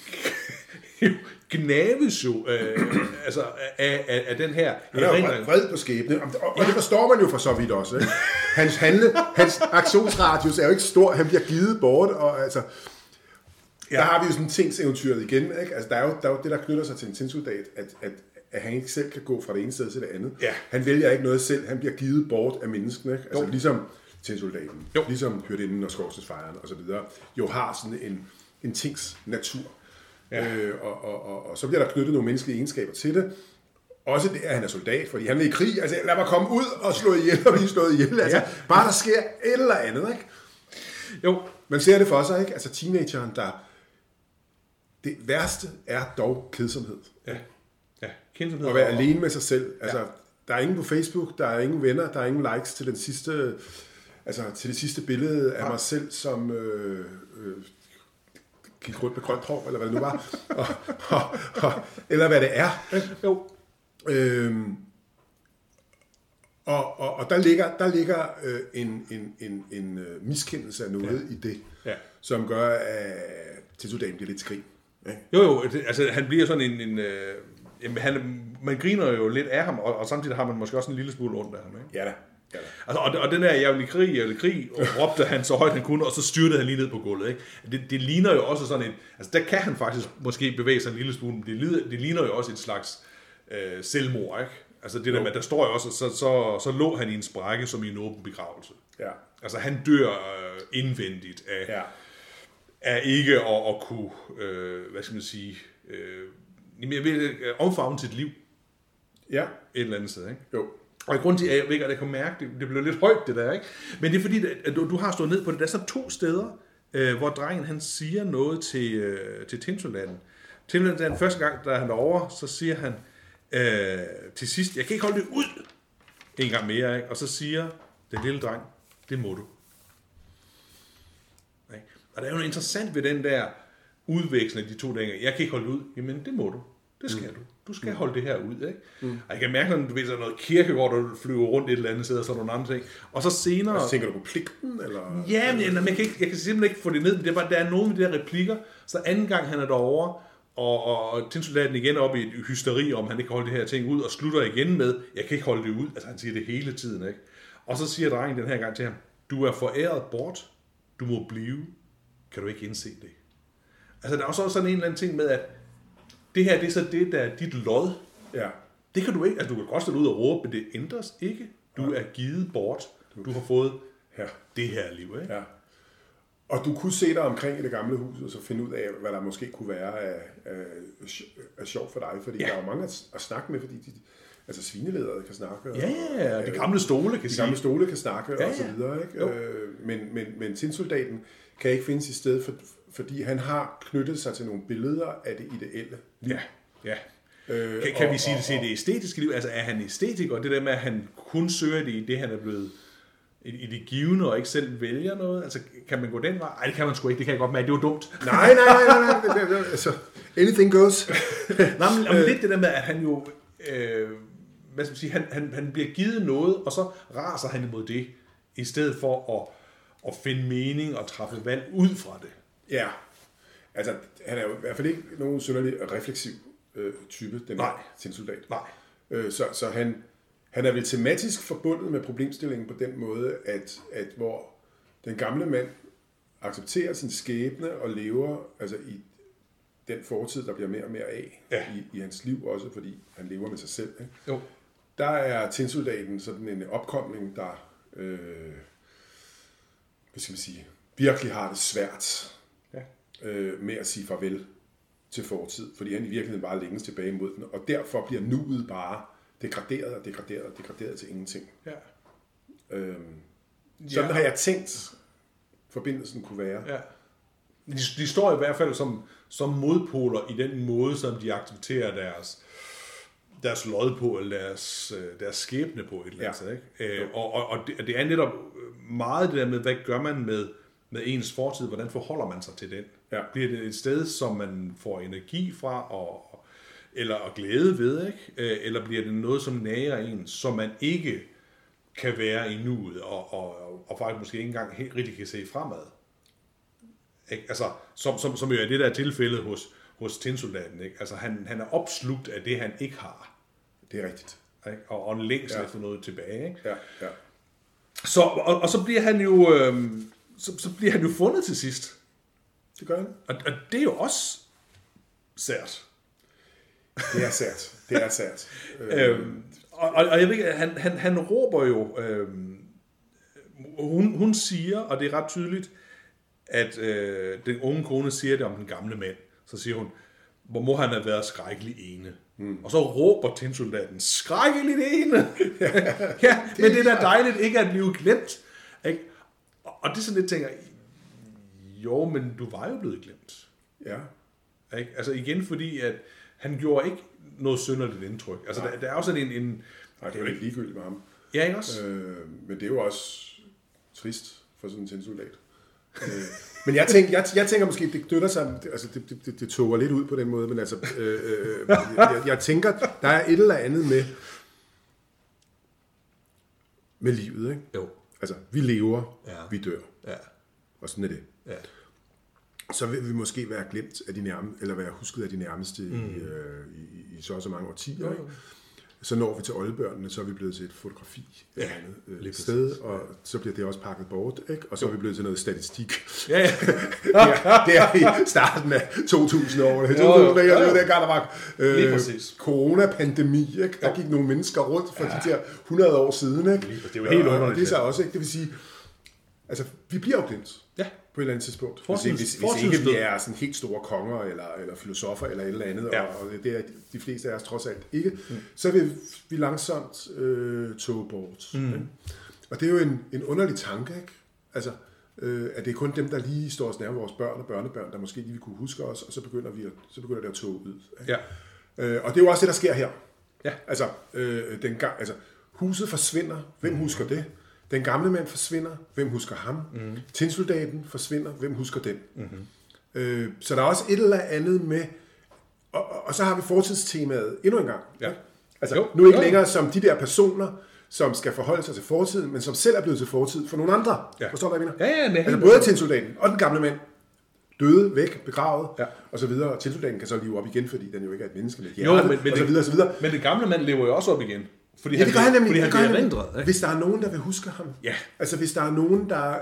Speaker 2: gnaves jo altså af den her
Speaker 1: erindring. Han er vred på skæbne, og det forstår man jo for så vidt også. Ikke? Hans aktionsradius er jo ikke stor, han bliver givet bort, og altså... Der har vi jo sådan tingseventyret igen, ikke? Altså, der er jo det, der knytter sig til en tinsoldat, at han ikke selv kan gå fra det ene sted til det andet. Ja. Han vælger ikke noget selv, han bliver givet bort af menneskene, ikke? Altså ligesom tinsoldaten, ligesom hyrdinden og skorstensfejeren og så videre, jo har sådan en tings natur. Ja. Og så bliver der knyttet nogle menneskelige egenskaber til det. Også det, at han er soldat, fordi han vil i krig. Altså, lad mig komme ud og slå ihjel og blive slået ihjel. Altså, bare der sker et eller andet, ikke? Jo. Man ser det for sig, ikke? Altså, teenageren, det værste er dog kedsomhed.
Speaker 2: Ja, kedsomhed.
Speaker 1: At være alene med sig selv. Altså, der er ingen på Facebook, der er ingen venner, der er ingen likes til den sidste... Altså, til det sidste billede af mig selv, som gik rundt med grønt hår, eller hvad det nu var. Eller hvad det er. Jo. Og der ligger en miskendelse af noget i det, som gør, at Tinsoldaten bliver lidt skrig.
Speaker 2: Jo, altså han bliver sådan man griner jo lidt af ham, og samtidig har man måske også en lille smule ondt af ham. Ikke?
Speaker 1: Ja da.
Speaker 2: Altså, og den der jeg vil krig, og råbte han så højt han kunne, og så styrtede han lige ned på gulvet. Ikke? Det ligner jo også sådan altså der kan han faktisk måske bevæge sig en lille smule, det ligner jo også et slags selvmord, ikke? Altså det der med, der står jo også, så lå han i en sprække som i en åben begravelse.
Speaker 1: Ja.
Speaker 2: Altså han dør indvendigt af ikke at kunne, hvad skal man sige, omfavne sit liv.
Speaker 1: Ja.
Speaker 2: Et eller andet sted, ikke?
Speaker 1: Jo.
Speaker 2: Og i grund til, at jeg kunne mærke, det blev lidt højt det der, ikke? Men det er fordi, at du har stået ned på det. Der er så 2 steder, hvor drengen han siger noget til Tinsoldaten. Tinsoldaten første gang, da han er over, så siger han til sidst, jeg kan ikke holde det ud en gang mere, ikke? Og så siger den lille dreng, det må du. Ikke? Og der er jo noget interessant ved den der udveksling af de 2 dage. Jeg kan ikke holde det ud. Jamen, det må du. Det skal du. Du skal holde det her ud, ikke? Og jeg kan mærke, når du ved, sådan noget Kierkegaard, der flyver rundt et eller andet sted, og så nogle andre ting. Og så senere...
Speaker 1: Og så tænker du på pligten, eller...
Speaker 2: Ja, men jeg kan simpelthen ikke få det ned. Det er bare, der er nogle af de der replikker. Så anden gang han er derovre, og Tinsoldaten igen op i et hysteri, om han ikke kan holde det her ting ud, og slutter igen med, jeg kan ikke holde det ud. Altså han siger det hele tiden, ikke? Og så siger drengen den her gang til ham, du er foræret bort, du må blive, kan du ikke indse det? Altså der er også sådan en eller anden ting med, at det her, det er så det, der er dit lod.
Speaker 1: Ja.
Speaker 2: Det kan du ikke, altså du kan godt stå ud og råbe, men det ændres ikke. Du er givet bort. Du har fået det her liv, ikke?
Speaker 1: Ja. Og du kunne se dig omkring i det gamle hus, og så finde ud af, hvad der måske kunne være af sjov for dig. Fordi der er jo mange at snakke med, fordi altså svineledere kan snakke.
Speaker 2: Ja, de gamle stole kan
Speaker 1: sige. De gamle stole kan snakke, og så videre. Ikke? Men Tinsoldaten kan ikke findes i stedet, fordi han har knyttet sig til nogle billeder af det ideelle liv.
Speaker 2: Ja. Kan vi sige det til det æstetiske liv? Altså er han æstetiker, det der med, at han kun søger det i det, han er blevet i det givende, og ikke selv vælger noget? Altså kan man gå den vej? Nej, det kan man sgu ikke, det kan jeg godt mærke, det er jo dumt.
Speaker 1: Nej. Altså, anything goes.
Speaker 2: Nej, men lidt det der med, at han jo, hvad skal man sige, han bliver givet noget, og så raser han imod det, i stedet for at finde mening og træffe valg ud fra det.
Speaker 1: Ja, altså han er jo i hvert fald ikke nogen synderlig refleksiv type, den her Tinsoldat.
Speaker 2: Nej.
Speaker 1: Så han er vel tematisk forbundet med problemstillingen på den måde, at hvor den gamle mand accepterer sin skæbne og lever altså i den fortid, der bliver mere og mere af i hans liv også, fordi han lever med sig selv. Ikke?
Speaker 2: Jo.
Speaker 1: Der er Tinsoldaten sådan en opkomling, der hvad skal man sige, virkelig har det svært med at sige farvel til fortid, fordi han i virkeligheden bare længes tilbage mod den, og derfor bliver nuet bare degraderet til ingenting.
Speaker 2: Ja.
Speaker 1: Sådan har jeg tænkt, forbindelsen kunne være.
Speaker 2: Ja. De står i hvert fald som modpoler i den måde, som de accepterer deres lod på, eller deres skæbne på et eller andet. Ikke? Og det er netop meget det der med, hvad gør man med ens fortid, hvordan forholder man sig til den?
Speaker 1: Ja.
Speaker 2: Bliver det et sted, som man får energi fra, eller glæde ved, ikke? Eller bliver det noget, som nager en, som man ikke kan være i nuet, og faktisk måske ikke engang helt rigtig kan se fremad? Ikke? Altså, som jo er det der tilfælde hos Tinsoldaten, ikke? Altså, han er opslugt af det, han ikke har.
Speaker 1: Det er rigtigt.
Speaker 2: Ikke? Og en længsel efter noget tilbage. Ikke?
Speaker 1: Ja.
Speaker 2: Så bliver han jo så bliver han jo fundet til sidst.
Speaker 1: Det gør han.
Speaker 2: Og det er jo også sært.
Speaker 1: Det er sært.
Speaker 2: Og jeg ved ikke, han råber jo, hun siger, og det er ret tydeligt, at den unge kone siger det om den gamle mand. Så siger hun, hvor må han have været skrækkelig ene. Og så råber Tinsoldaten, skrækkeligt ene! Ja, men det er da dejligt ikke at blive glemt. Ikke? Og det er sådan lidt, tænker, jo, men du var jo blevet glemt.
Speaker 1: Ja.
Speaker 2: Ikke? Altså igen, fordi at han gjorde ikke noget synderligt indtryk. Altså der er også sådan en...
Speaker 1: Nej, det er jo ikke ligegyldigt med ham.
Speaker 2: Ja, ikke også?
Speaker 1: Men det er jo også trist for sådan en Tinsoldat. Men jeg tænker måske, det døtter sig, altså det toger lidt ud på den måde, men altså, jeg tænker, der er et eller andet med, med livet, ikke?
Speaker 2: Jo.
Speaker 1: Altså, vi lever, vi dør.
Speaker 2: Ja.
Speaker 1: Og sådan er det.
Speaker 2: Ja.
Speaker 1: Så vil vi måske være glemt af de nærmeste, eller være husket af de nærmeste i så og så mange årtier. Ikke? Så når vi til oldebørnene, så er vi blevet til et fotografi et andet sted, og så bliver det også pakket bort, ikke? Og så er vi blevet til noget statistik.
Speaker 2: Ja.
Speaker 1: det er i starten af 2000 år. Det var coronapandemi, ikke? Der gik nogle mennesker rundt for de der 100 år siden. Ikke?
Speaker 2: Det er jo helt underligt.
Speaker 1: Det er så også, ikke? Det vil sige, altså, vi bliver jo glemt.
Speaker 2: Ja.
Speaker 1: På et eller andet tidspunkt. Hvis ikke vi er sådan helt store konger, eller filosofer, eller et eller andet, og det er de fleste af os trods alt ikke, så vil vi langsomt tåge bort. Og det er jo en underlig tanke, ikke? Altså, at det er kun dem, der lige står os nær vores børn og børnebørn, der måske lige vil kunne huske os, og så begynder det at tåge ud. Ikke? Ja. Og det er jo også det, der sker her. Ja. Altså, huset forsvinder. Hvem husker det? Den gamle mand forsvinder. Hvem husker ham? Tinsoldaten forsvinder. Hvem husker den? Så der er også et eller andet med... Og så har vi fortidstemaet endnu en gang. Ja. Altså, nu ikke længere som de der personer, som skal forholde sig til fortiden, men som selv er blevet til fortid for nogle andre. Ja. Forstår du, hvad jeg mener? Altså både tinsoldaten og den gamle mand døde, væk, begravet, og så videre. Og tinsoldaten kan så leve op igen, fordi den jo ikke er et menneske med hjerte, og så videre, og så videre.
Speaker 2: Men den gamle mand lever jo også op igen. Fordi
Speaker 1: det gør han nemlig.
Speaker 2: Fordi han bliver erindret.
Speaker 1: Hvis der er nogen, der vil huske ham.
Speaker 2: Ja. Altså
Speaker 1: hvis der er nogen, der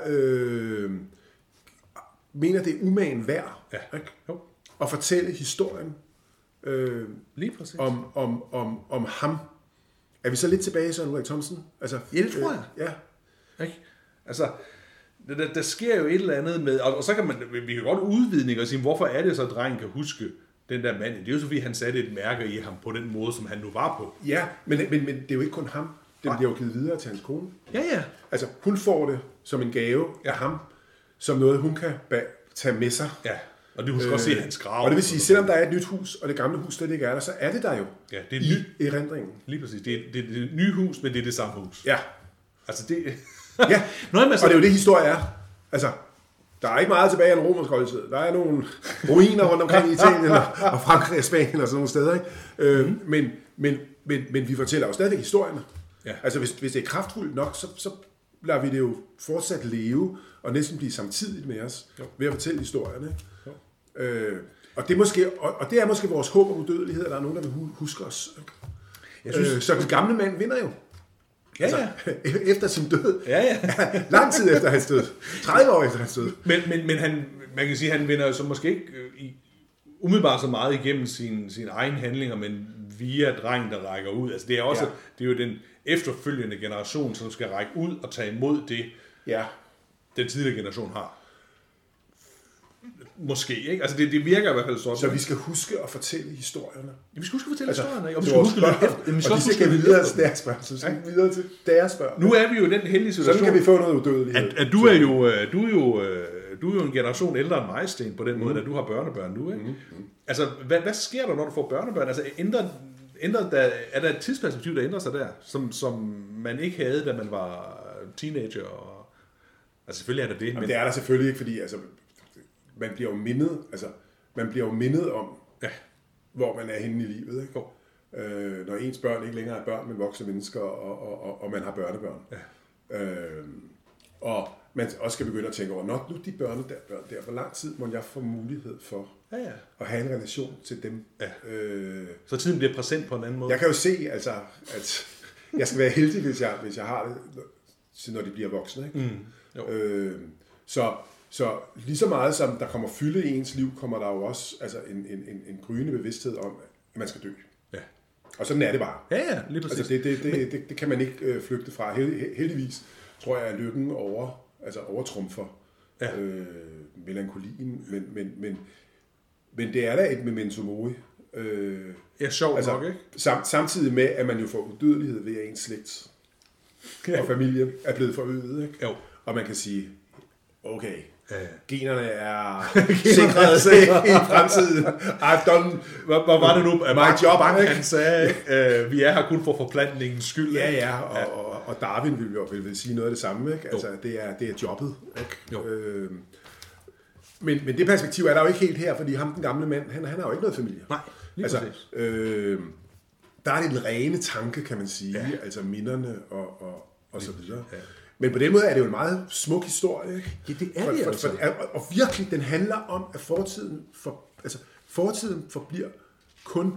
Speaker 1: mener, det er umagen værd. Ja. At fortælle historien
Speaker 2: lige præcis.
Speaker 1: om ham. Er vi så lidt tilbage i Søren Ulrik Thomsen? Altså,
Speaker 2: ja, det tror jeg. Ja. Altså, der sker jo et eller andet med, og så kan vi kan godt udvidning og sige, hvorfor er det så, at drengen kan huske den der mand? Det er jo så, fordi han satte et mærke i ham på den måde, som han nu var på.
Speaker 1: Ja, men det er jo ikke kun ham. Den bliver jo givet videre til hans kone.
Speaker 2: Ja.
Speaker 1: Altså, hun får det som en gave af ham, som noget, hun kan tage med sig.
Speaker 2: Ja, og det husker også se hans grav.
Speaker 1: Og det vil sige, selvom der er et nyt hus, og det gamle hus slet ikke er der, så er det der jo.
Speaker 2: Ja, det er
Speaker 1: i erindringen.
Speaker 2: Lige præcis. Det er det nye hus, men det er det samme hus.
Speaker 1: Ja.
Speaker 2: Altså det...
Speaker 1: ja, og det er jo det, historie er. Altså, der er ikke meget tilbage af en romersk oldtid. Der er nogle ruiner rundt omkring i Italien og Frankrig og Spanien og sådan nogle steder. Ikke? Men vi fortæller jo stadigvæk historierne. Ja. Altså, hvis det er kraftfuldt nok, så lader vi det jo fortsat leve og næsten blive samtidigt med os ved at fortælle historierne. Og det er måske vores håb om udødelighed, at der er nogen, der vil huske os. Så den gamle mand vinder jo.
Speaker 2: Ja.
Speaker 1: Altså, efter sin død.
Speaker 2: Ja.
Speaker 1: Lang tid efter hans død. 30 år efter hans død.
Speaker 2: Men man kan sige, at han vinder jo så måske ikke umiddelbart så meget igennem sine egne handlinger, men via drengen, der rækker ud. Altså det er også, det er jo den efterfølgende generation, som skal række ud og tage imod det, den tidligere generation har. Måske, ikke? Altså det virker i hvert fald sådan.
Speaker 1: Så vi skal huske at fortælle historierne.
Speaker 2: Ja, vi skal huske at fortælle historierne,
Speaker 1: og vi skal huske og de skal videre til deres børn. Så skal vi videre til deres børn.
Speaker 2: Nu er vi jo i den heldige situation.
Speaker 1: Så kan vi få noget udødelighed.
Speaker 2: At du er jo en generation ældre end mig, Sten, på den måde, at du har børnebørn nu, ikke? Altså, hvad sker der, når du får børnebørn? Altså, er der et tidsperspektiv, der ændrer sig der, som man ikke havde, da man var teenager? Altså, selvfølgelig er der det.
Speaker 1: Men det er der selvfølgelig ikke, fordi altså, man bliver jo mindet om, hvor man er henne i livet, ikke? Når ens børn ikke længere er børn, men voksne mennesker, og man har børnebørn. Ja. Og man også skal begynde at tænke over, nu de børn der, hvor lang tid må jeg få mulighed for at have en relation til dem. Ja.
Speaker 2: Så tiden bliver præsent på en anden måde.
Speaker 1: Jeg kan jo se, altså, at jeg skal være heldig, hvis jeg har det, når de bliver voksne. Ikke? Så lige så meget som der kommer fylde i ens liv, kommer der jo også altså en gryende bevidsthed om, at man skal dø. Ja. Og sådan er det bare.
Speaker 2: Ja, lige præcis.
Speaker 1: Altså det kan man ikke flygte fra. Heldigvis tror jeg, at lykken overtrumfer melankolien, men det er da et memento mori.
Speaker 2: Sjovt nok, ikke?
Speaker 1: Samtidig med, at man jo får udødelighed ved, at ens slægt og familie er blevet forøget. Ikke? Jo. Og man kan sige, okay, generne er sikret i fremtiden. I've done
Speaker 2: Hvor var det nu?
Speaker 1: My job,
Speaker 2: han sagde, vi er her kun for forplantningens skyld.
Speaker 1: Ja, og Darwin vil sige noget af det samme. Ikke? Altså, det er jobbet. Ikke? Men det perspektiv er der jo ikke helt her, fordi ham, den gamle mand, han har jo ikke noget familie.
Speaker 2: Nej, lige
Speaker 1: der er det den rene tanke, kan man sige. Ja. Altså minderne og så videre.
Speaker 2: Ja.
Speaker 1: Men på den måde er det jo en meget smuk historie, ikke?
Speaker 2: Ja, det er det altså.
Speaker 1: Og virkelig, den handler om, at fortiden forbliver kun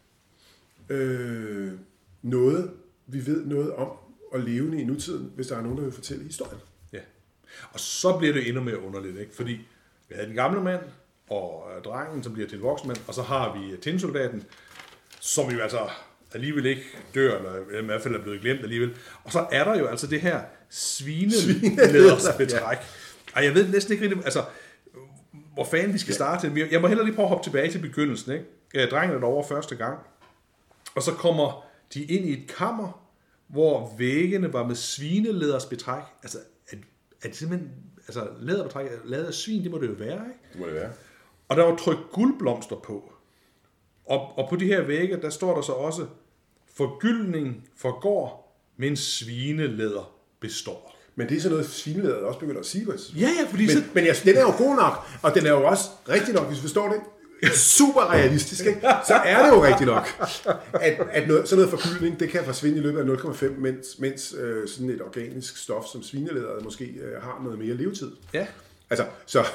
Speaker 1: noget, vi ved noget om, og levende i nutiden, hvis der er nogen, der vil fortælle historien.
Speaker 2: Ja. Og så bliver det endnu mere underligt, ikke? Fordi vi havde den gamle mand, og drengen, som bliver til en voksen mand, og så har vi tinsoldaten, som jo altså alligevel ikke dør, eller i hvert fald er blevet glemt alligevel. Og så er der jo altså det her svineledersbetræk. Ej, jeg ved næsten ikke rigtig, altså, hvor fanden vi skal starte. Jeg må hellere lige prøve at hoppe tilbage til begyndelsen, ikke? Drengen er derovre første gang, og så kommer de ind i et kammer, hvor væggene var med svineledersbetræk. Altså, er det simpelthen, altså, læderbetræk lavet af svin, det må det jo være, ikke?
Speaker 1: Det må det være.
Speaker 2: Og der var trykt guldblomster på. Og på de her vægge, der står der så også, forgyldning forgår, men svinelæder består.
Speaker 1: Men det er sådan noget, svinelæder også begynder at sige.
Speaker 2: Ja, fordi
Speaker 1: men den er jo god nok, og den er jo også rigtig nok, hvis du forstår det, super realistisk, ikke? Så er det jo rigtig nok, at sådan noget forgyldning, det kan forsvinde i løbet af 0,5, mens sådan et organisk stof som svinelæder måske har noget mere levetid.
Speaker 2: Ja.
Speaker 1: Altså.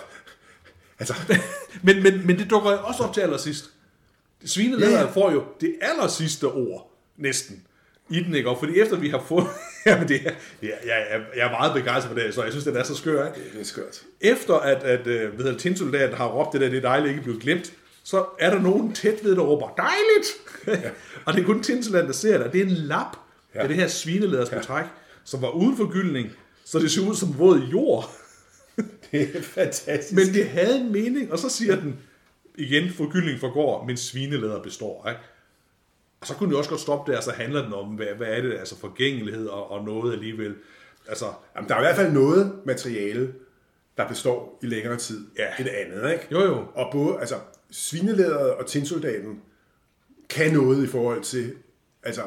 Speaker 2: men det dukker jo også op til allersidst. Svinelæder får jo det allersidste ord, næsten, i den, ikke? Og fordi efter vi har fået... Jamen jeg er meget begejstret for det, så jeg synes, det er så skør, ikke?
Speaker 1: Det er skørt.
Speaker 2: Efter at tinsoldaten har råbt det er dejligt ikke blevet glemt, så er der nogen tæt ved, der råber, dejligt! Ja. Og det er kun tinsoldaten, der ser det. Det er en lap af det her svinelædersbetræk, som var uden forgyldning, så det ser ud som våd jord.
Speaker 1: Det er fantastisk.
Speaker 2: Men det havde en mening, og så siger den, igen, forgyldning forgår, men svinelæder består, ikke? Og så kunne det også godt stoppe der, så handler den om, hvad er det, altså forgængelighed og noget alligevel. Altså,
Speaker 1: jamen, der er i hvert fald noget materiale, der består i længere tid end andet, ikke?
Speaker 2: Jo.
Speaker 1: Og både, altså, svinelæderet og tinsoldaten kan noget i forhold til, altså,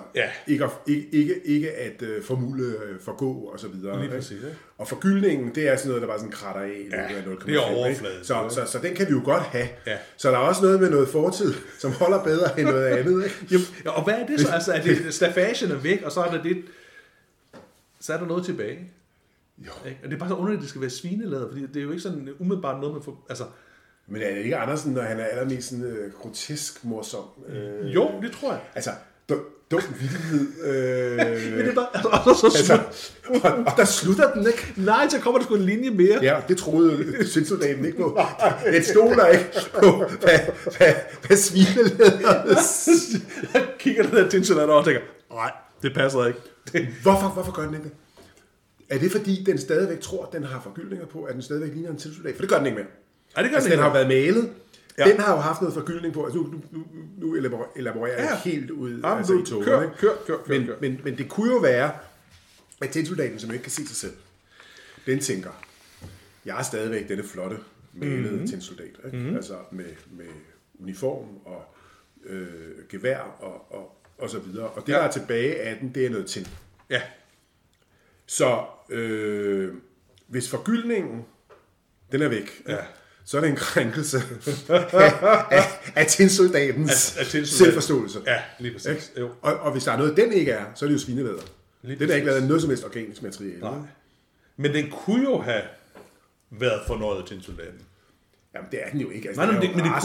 Speaker 1: ikke at formule forgå og så videre.
Speaker 2: Lige præcis, ikke?
Speaker 1: Og forgyldningen, det er sådan noget, der bare sådan kratter af.
Speaker 2: Det er overfladen.
Speaker 1: Så den kan vi jo godt have.
Speaker 2: Ja.
Speaker 1: Så der er også noget med noget fortid, som holder bedre end noget andet, ikke?
Speaker 2: Jamen, og hvad er det så? Altså, er det staffagen er væk, og så er der det, så er der noget tilbage.
Speaker 1: Jo.
Speaker 2: Og det er bare så underligt, at det skal være svinelæder, fordi det er jo ikke sådan umiddelbart noget med... Altså,
Speaker 1: men er det ikke Andersen, når han er allermest sådan grotesk morsom?
Speaker 2: Jo, det tror jeg.
Speaker 1: Altså, dum vildhed.
Speaker 2: Men det er bare,
Speaker 1: og der slutter den, ikke?
Speaker 2: Nej, så kommer der sgu en linje mere.
Speaker 1: Ja, det troede tinsoldaten ikke på. Det stod der ikke på, hvad svinelæder.
Speaker 2: Jeg kigger den der tinsoldat over og tænker, nej, det passer ikke.
Speaker 1: Hvorfor gør den ikke det? Er det fordi, den stadigvæk tror, at den har forgyldninger på, at den stadigvæk ligner en tinsoldat? For det gør den ikke mere.
Speaker 2: Ja, det gør
Speaker 1: altså, den har jo været malet. Ja. Den har jo haft noget forgyldning på. Altså, nu elaborerer jeg helt ud i toget.
Speaker 2: Kør.
Speaker 1: Men det kunne jo være, at tinsoldaten, som ikke kan se sig selv, den tænker, jeg er stadigvæk denne flotte malede tinsoldat. Ikke? Altså med uniform og gevær og så videre. Og det, der er tilbage af den, det er noget tin.
Speaker 2: Ja.
Speaker 1: Så hvis forgyldningen, den er væk, så er det en krænkelse af tinsoldatens selvforståelse.
Speaker 2: Ja, lige præcis.
Speaker 1: Og hvis der er noget, den ikke er, så er det jo svinelæder. Den er ikke lavet af noget som helst organisk materiale.
Speaker 2: Nej. Men den kunne jo have været fornøjet tinsoldaten.
Speaker 1: Jamen, det er den jo ikke. Altså,
Speaker 2: Nej,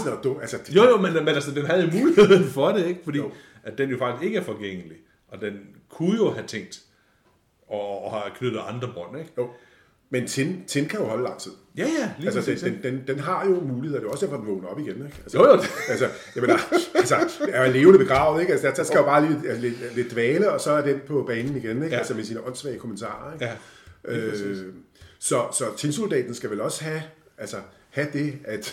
Speaker 2: men altså, den havde jo muligheden for det, ikke? Fordi at den jo faktisk ikke er forgængelig. Og den kunne jo have tænkt og have knyttet andre bånd, ikke?
Speaker 1: Jo. Men tin kan jo holde lang tid.
Speaker 2: Ja, lige præcis.
Speaker 1: Den har jo muligheder. Det er også derfor, den vågner op igen, ikke? Altså,
Speaker 2: jo.
Speaker 1: Altså, jeg mener, er jo levende begravet, ikke? Altså, der skal jo bare lidt dvale, og så er den på banen igen, ikke? Ja. Altså med sine åndssvage kommentarer, ikke?
Speaker 2: Ja,
Speaker 1: så tinsoldaten skal vel også have det,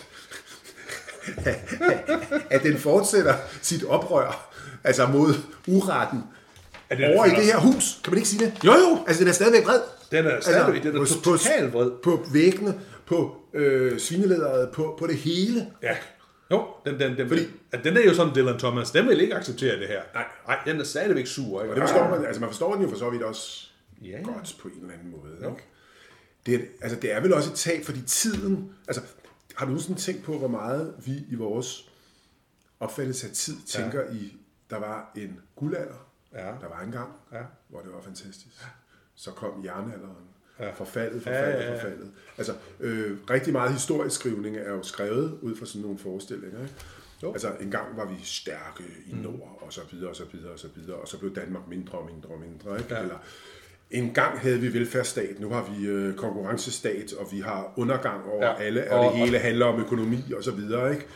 Speaker 1: at den fortsætter sit oprør, altså mod uretten, over i det her hus. Kan man ikke sige det?
Speaker 2: Jo.
Speaker 1: Altså, den er stadigvæk vred.
Speaker 2: Den er stadigvæk, den er totalt vred.
Speaker 1: På væggene, på svinelæderet, på det hele.
Speaker 2: Ja. Jo, den er jo sådan, Dylan Thomas, den vil ikke acceptere det her. Nej, den er stadigvæk sur. Ikke?
Speaker 1: Og det forstår man, altså man forstår den jo for så vidt også godt på en eller anden måde. Ikke? Det er vel også et tab, fordi tiden, altså har du sådan tænkt på, hvor meget vi i vores opfattelse af tid tænker i, der var en guldalder, der var en gang, hvor det var fantastisk. så kom jernalderen. Forfaldet. Altså, rigtig meget historieskrivning er jo skrevet ud fra sådan nogle forestillinger, ikke? Altså, engang var vi stærke i nord, og så videre, og så blev Danmark mindre, ikke? Eller, engang havde vi velfærdsstat, nu har vi konkurrencestat, og vi har undergang over alle, og det hele handler om økonomi, og så videre, ikke?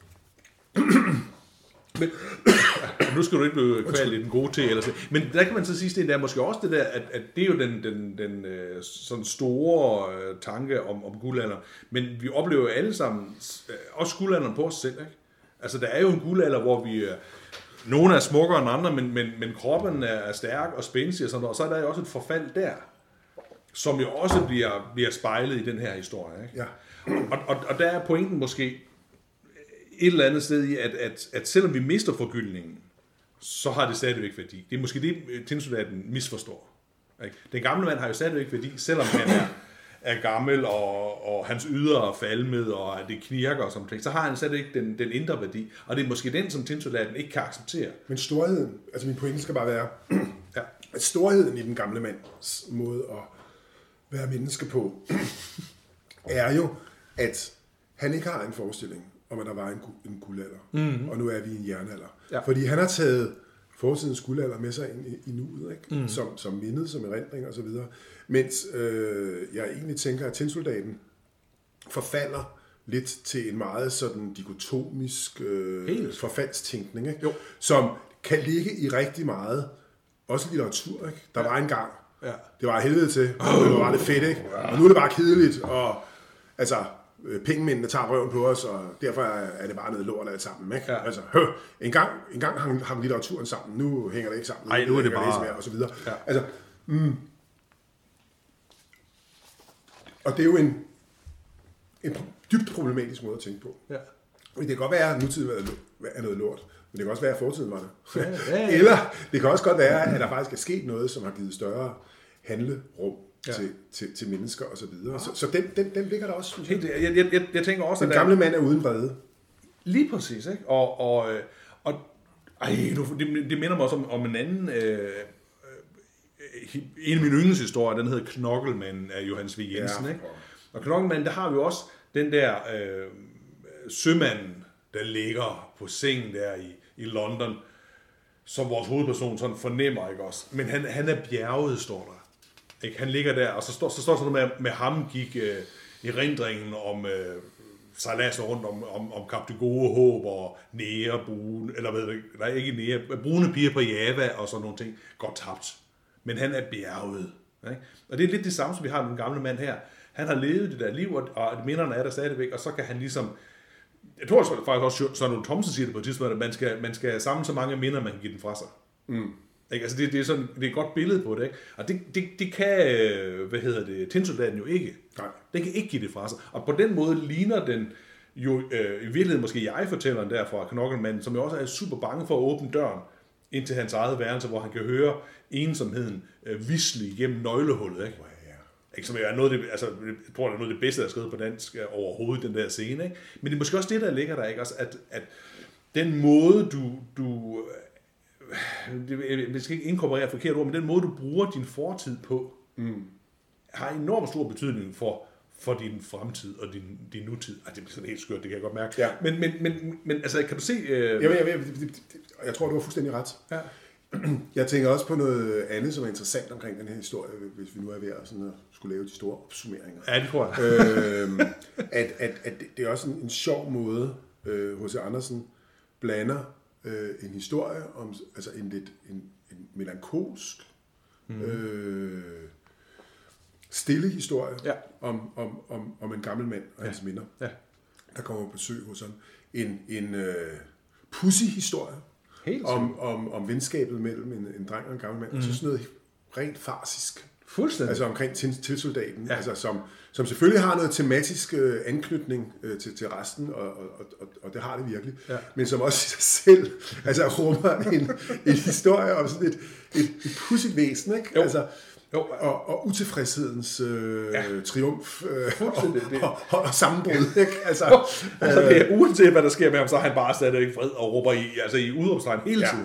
Speaker 2: Men nu skal du ikke blive kvalt i den gode til, eller så. Men der kan man så sige, det er måske også det der, at det er jo den sådan store tanke om guldalder. Men vi oplever alle sammen, også guldalderen på os selv, ikke? Altså, der er jo en guldalder, hvor vi... Nogle er smukkere end andre, men kroppen er stærk og spændstig og sådan noget. Og så er der jo også et forfald der, som jo også bliver spejlet i den her historie, ikke?
Speaker 1: Ja.
Speaker 2: Og der er pointen måske et eller andet sted i, at selvom vi mister forgyldningen, så har det stadigvæk værdi. Det er måske det, Tinsoldaten misforstår. Ikke? Den gamle mand har jo stadigvæk værdi, selvom han er gammel, og hans ydre er falmet, og det knirker og sådan noget, så har han stadigvæk den indre værdi. Og det er måske den, som Tinsoldaten ikke kan acceptere.
Speaker 1: Men storheden, altså min pointe skal bare være, at storheden i den gamle mands måde at være menneske på, er jo, at han ikke har en forestilling om, at der var en guldalder, og nu er vi i en jernalder. Ja. Fordi han har taget fortidens guldalder med sig ind i nuet, ikke? Som mindet, som erindring og så videre. Mens jeg egentlig tænker, at Tinsoldaten forfalder lidt til en meget sådan dikotomisk forfaldstænkning, ikke? Som kan ligge i rigtig meget, også litteratur, ikke? Der var engang, det var helvede til, det var lidt fedt, ikke? Og nu er det bare kedeligt, og altså... pengemændene tager røven på os, og derfor er det bare noget lort alt sammen, ikke? Ja. Altså, en gang hang litteraturen sammen, nu hænger det ikke sammen.
Speaker 2: Nej, nu er det bare...
Speaker 1: Mere, og så videre. Ja. Altså, og det er jo en dybt problematisk måde at tænke på. Ja. Det kan godt være, at nutiden er noget lort, men det kan også være, at fortiden var det. Ja. Eller det kan også godt være, at der faktisk er sket noget, som har givet større handlerum til mennesker og så videre. Så den ligger der også.
Speaker 2: Jeg tænker også,
Speaker 1: den gamle mand er uden vrede.
Speaker 2: Lige præcis, ikke? Og det minder mig også om en anden en af mine yndlingshistorier, den hedder Knokkelmanden af Johannes V. Jensen, ikke? Og Knokkelmanden, der har vi også den der sømanden, der ligger på sengen der i London, som vores hovedperson sådan fornemmer, ikke også? Men han er bjerget, står der. Ikke? Han ligger der, og så står sådan noget med ham gik erindringen om sejladser rundt om Kap det Gode Håb og brune, eller hvad det, nej, ikke nære, brune piger på Java og sådan nogle ting, godt tabt. Men han er bjerget. Ikke? Og det er lidt det samme, som vi har med den gamle mand her. Han har levet det der liv, og minderne er der stadigvæk, og så kan han ligesom... Jeg tror faktisk også, Søren Thomsen siger det på et tidspunkt, at man skal samle så mange minder, man kan give den fra sig. Ikke? Altså det er sådan, det er et godt billede på det, ikke? Og det kan, Tinsoldaten jo ikke.
Speaker 1: Nej.
Speaker 2: Den kan ikke give det fra sig. Og på den måde ligner den jo i virkeligheden måske jeg-fortælleren der fra Knokkelmanden, som jo også er super bange for at åbne døren ind til hans eget værelse, hvor han kan høre ensomheden visle igennem nøglehullet, ikke? Ikke, som er noget, jeg tror, det er noget af det bedste, der er skrevet på dansk overhovedet, den der scene, ikke? Men det er måske også det, der ligger der, ikke? Altså, at den måde, du det skal ikke inkorporere forkert ord, men den måde, du bruger din fortid på, har enormt stor betydning for din fremtid og din nutid. Det bliver sådan helt skørt, det kan jeg godt mærke. Ja. Men altså, kan du se...
Speaker 1: Jeg tror, du har fuldstændig ret. Ja. Jeg tænker også på noget andet, som er interessant omkring den her historie, hvis vi nu er ved at skulle lave de store opsummeringer.
Speaker 2: Ja, det tror jeg.
Speaker 1: At det er også en sjov måde, H.C. Andersen blander en historie om, altså en melankolsk, stille historie om en gammel mand og hans minder, der kommer på besøg hos ham. En pudsig historie om venskabet mellem en dreng og en gammel mand, og så sådan noget rent farsisk.
Speaker 2: Fuldstændig.
Speaker 1: Altså omkring Tinsoldaten, altså som selvfølgelig har noget tematisk anknytning til resten, og det har det virkelig, men som også i sig selv altså rummer en historie om sådan et pudsigt væsen, ikke?
Speaker 2: Jo.
Speaker 1: Altså, og utilfredshedens triumf og sammenbrud, ikke?
Speaker 2: Altså det er uanset hvad der sker med ham, så er han bare stadigvæk vred og råber i udråbstegn hele tiden, ikke?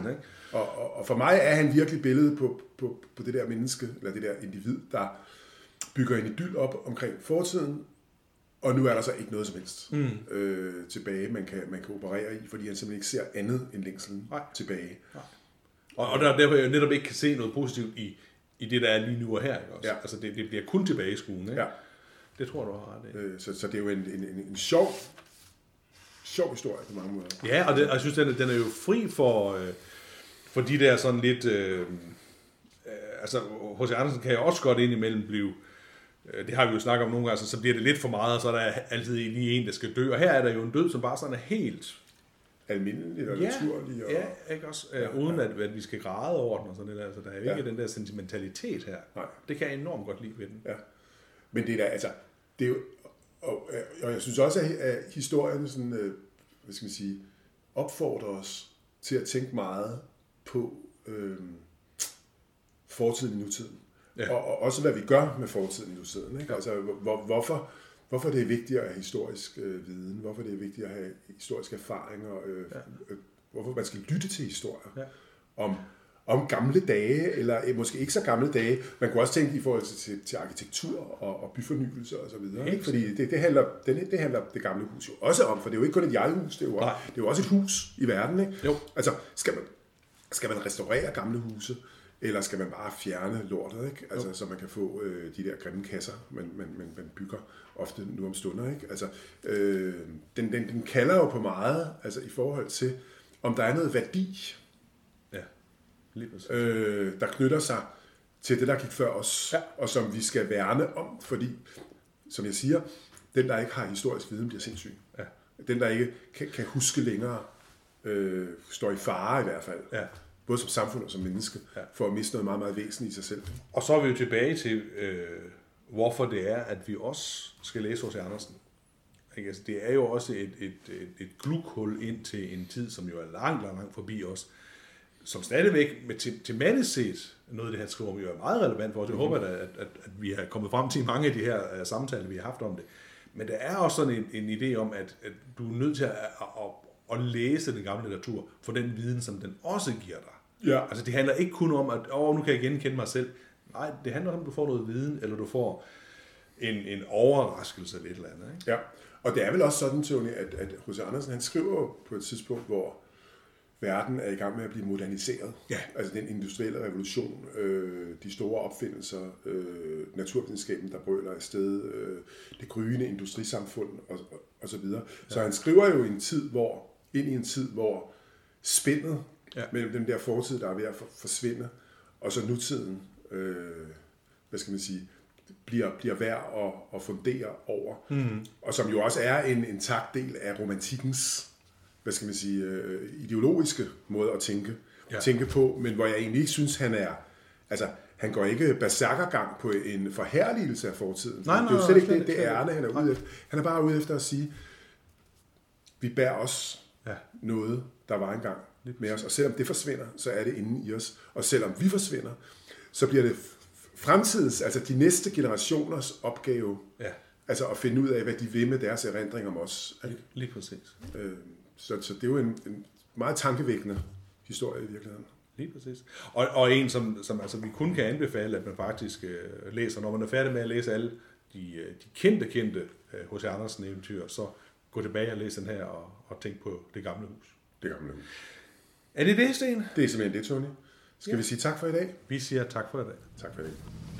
Speaker 1: Og for mig er han virkelig billedet på det der menneske, eller det der individ, der bygger en idyl op omkring fortiden, og nu er der så ikke noget som helst tilbage, man kan operere i, fordi han simpelthen ikke ser andet end længselen tilbage.
Speaker 2: Nej. Og derfor jeg netop ikke kan se noget positivt i det, der er lige nu og her. Ikke også? Ja. Altså det bliver kun tilbage i skolen. Ikke? Ja. Det tror du har ret.
Speaker 1: Så det er jo en sjov historie på mange måder.
Speaker 2: Ja, og jeg synes, den er jo fri for de der sådan lidt... altså, H.C. Andersen kan jo også godt indimellem blive... Det har vi jo snakket om nogle gange, så bliver det lidt for meget, og så er der altid lige en, der skal dø. Og her er der jo en død, som bare sådan er helt...
Speaker 1: almindelig og naturlig. Og...
Speaker 2: Ja, ikke også? Uden at vi skal græde over den og sådan noget. Altså, der er jo ikke den der sentimentalitet her. Nej. Det kan jeg enormt godt lide ved den. Ja.
Speaker 1: Men det er da, altså... Det er jo, og jeg synes også, at historien sådan, hvad skal man sige, opfordrer os til at tænke meget på fortiden i nutiden. Ja. Og også hvad vi gør med fortiden i nutiden. Ikke? Altså, hvorfor det er vigtigt at have historisk viden, hvorfor det er vigtigt at have historiske erfaringer, hvorfor man skal lytte til historier om gamle dage, eller måske ikke så gamle dage. Man kunne også tænke i forhold til arkitektur og byfornyelse og så videre. Ikke? Fordi det handler det gamle hus jo også om, for det er jo ikke kun et jegehus, det er jo også et hus i verden. Ikke? Jo. Altså, skal man restaurere gamle huse, eller skal man bare fjerne lortet, ikke? Altså, så man kan få de der grimme kasser, man bygger ofte nu om stunder. Ikke? Altså, den kalder jo på meget, altså i forhold til, om der er noget værdi, der knytter sig til det, der gik før os, og som vi skal værne om, fordi, som jeg siger, den, der ikke har historisk viden, bliver sindssyg. Ja. Den, der ikke kan huske længere, står i fare i hvert fald. Ja. Både som samfund og som menneske, for at miste noget meget, meget væsentligt i sig selv.
Speaker 2: Og så er vi jo tilbage til, hvorfor det er, at vi også skal læse H.C. Andersen. Altså, det er jo også et glukhul ind til en tid, som jo er langt forbi os, som stadigvæk med tematisk set, noget af det her skriver om, jo er meget relevant for os. Jeg håber, at vi har kommet frem til mange af de her samtaler, vi har haft om det. Men der er også sådan en idé om, at du er nødt til at læse den gamle litteratur for den viden, som den også giver dig. Ja. Altså det handler ikke kun om, at nu kan jeg genkende mig selv. Nej, det handler om, at du får noget viden, eller du får en overraskelse eller et eller andet. Ikke?
Speaker 1: Ja, og det er vel også sådan, Tony, at H.C. Andersen, han skriver på et tidspunkt, hvor verden er i gang med at blive moderniseret. Ja. Altså den industrielle revolution, de store opfindelser, naturvidenskaben, der brøler afsted, det gryende industrisamfund og så videre. Ja. Så han skriver jo ind i en tid, hvor spændet mellem den der fortid, der er ved at forsvinde, og så nutiden, hvad skal man sige, bliver værd at fundere over. Mm. Og som jo også er en intakt del af romantikkens, hvad skal man sige, ideologiske måde at tænke på, men hvor jeg egentlig ikke synes, han går ikke berserkergang på en forherligelse af fortiden. Nej, det er jo slet ikke det ærne, han er ude efter. Han er bare ude efter at sige, vi bærer også noget, der var engang med os, og selvom det forsvinder, så er det inde i os, og selvom vi forsvinder, så bliver det fremtidens, altså de næste generationers opgave, altså at finde ud af, hvad de vil med deres erindring om os.
Speaker 2: Lige præcis.
Speaker 1: Så det er jo en meget tankevækkende historie i virkeligheden.
Speaker 2: Lige præcis. Og en, som altså, vi kun kan anbefale, at man faktisk læser, når man er færdig med at læse alle de kendte H.C. Andersen eventyr, så gå tilbage og læse den her og tænk på Det gamle hus.
Speaker 1: Det gamle hus.
Speaker 2: Er det, Sten?
Speaker 1: Det er simpelthen det, Tony. Skal vi sige tak for i dag?
Speaker 2: Vi siger tak for i dag.
Speaker 1: Tak for i dag.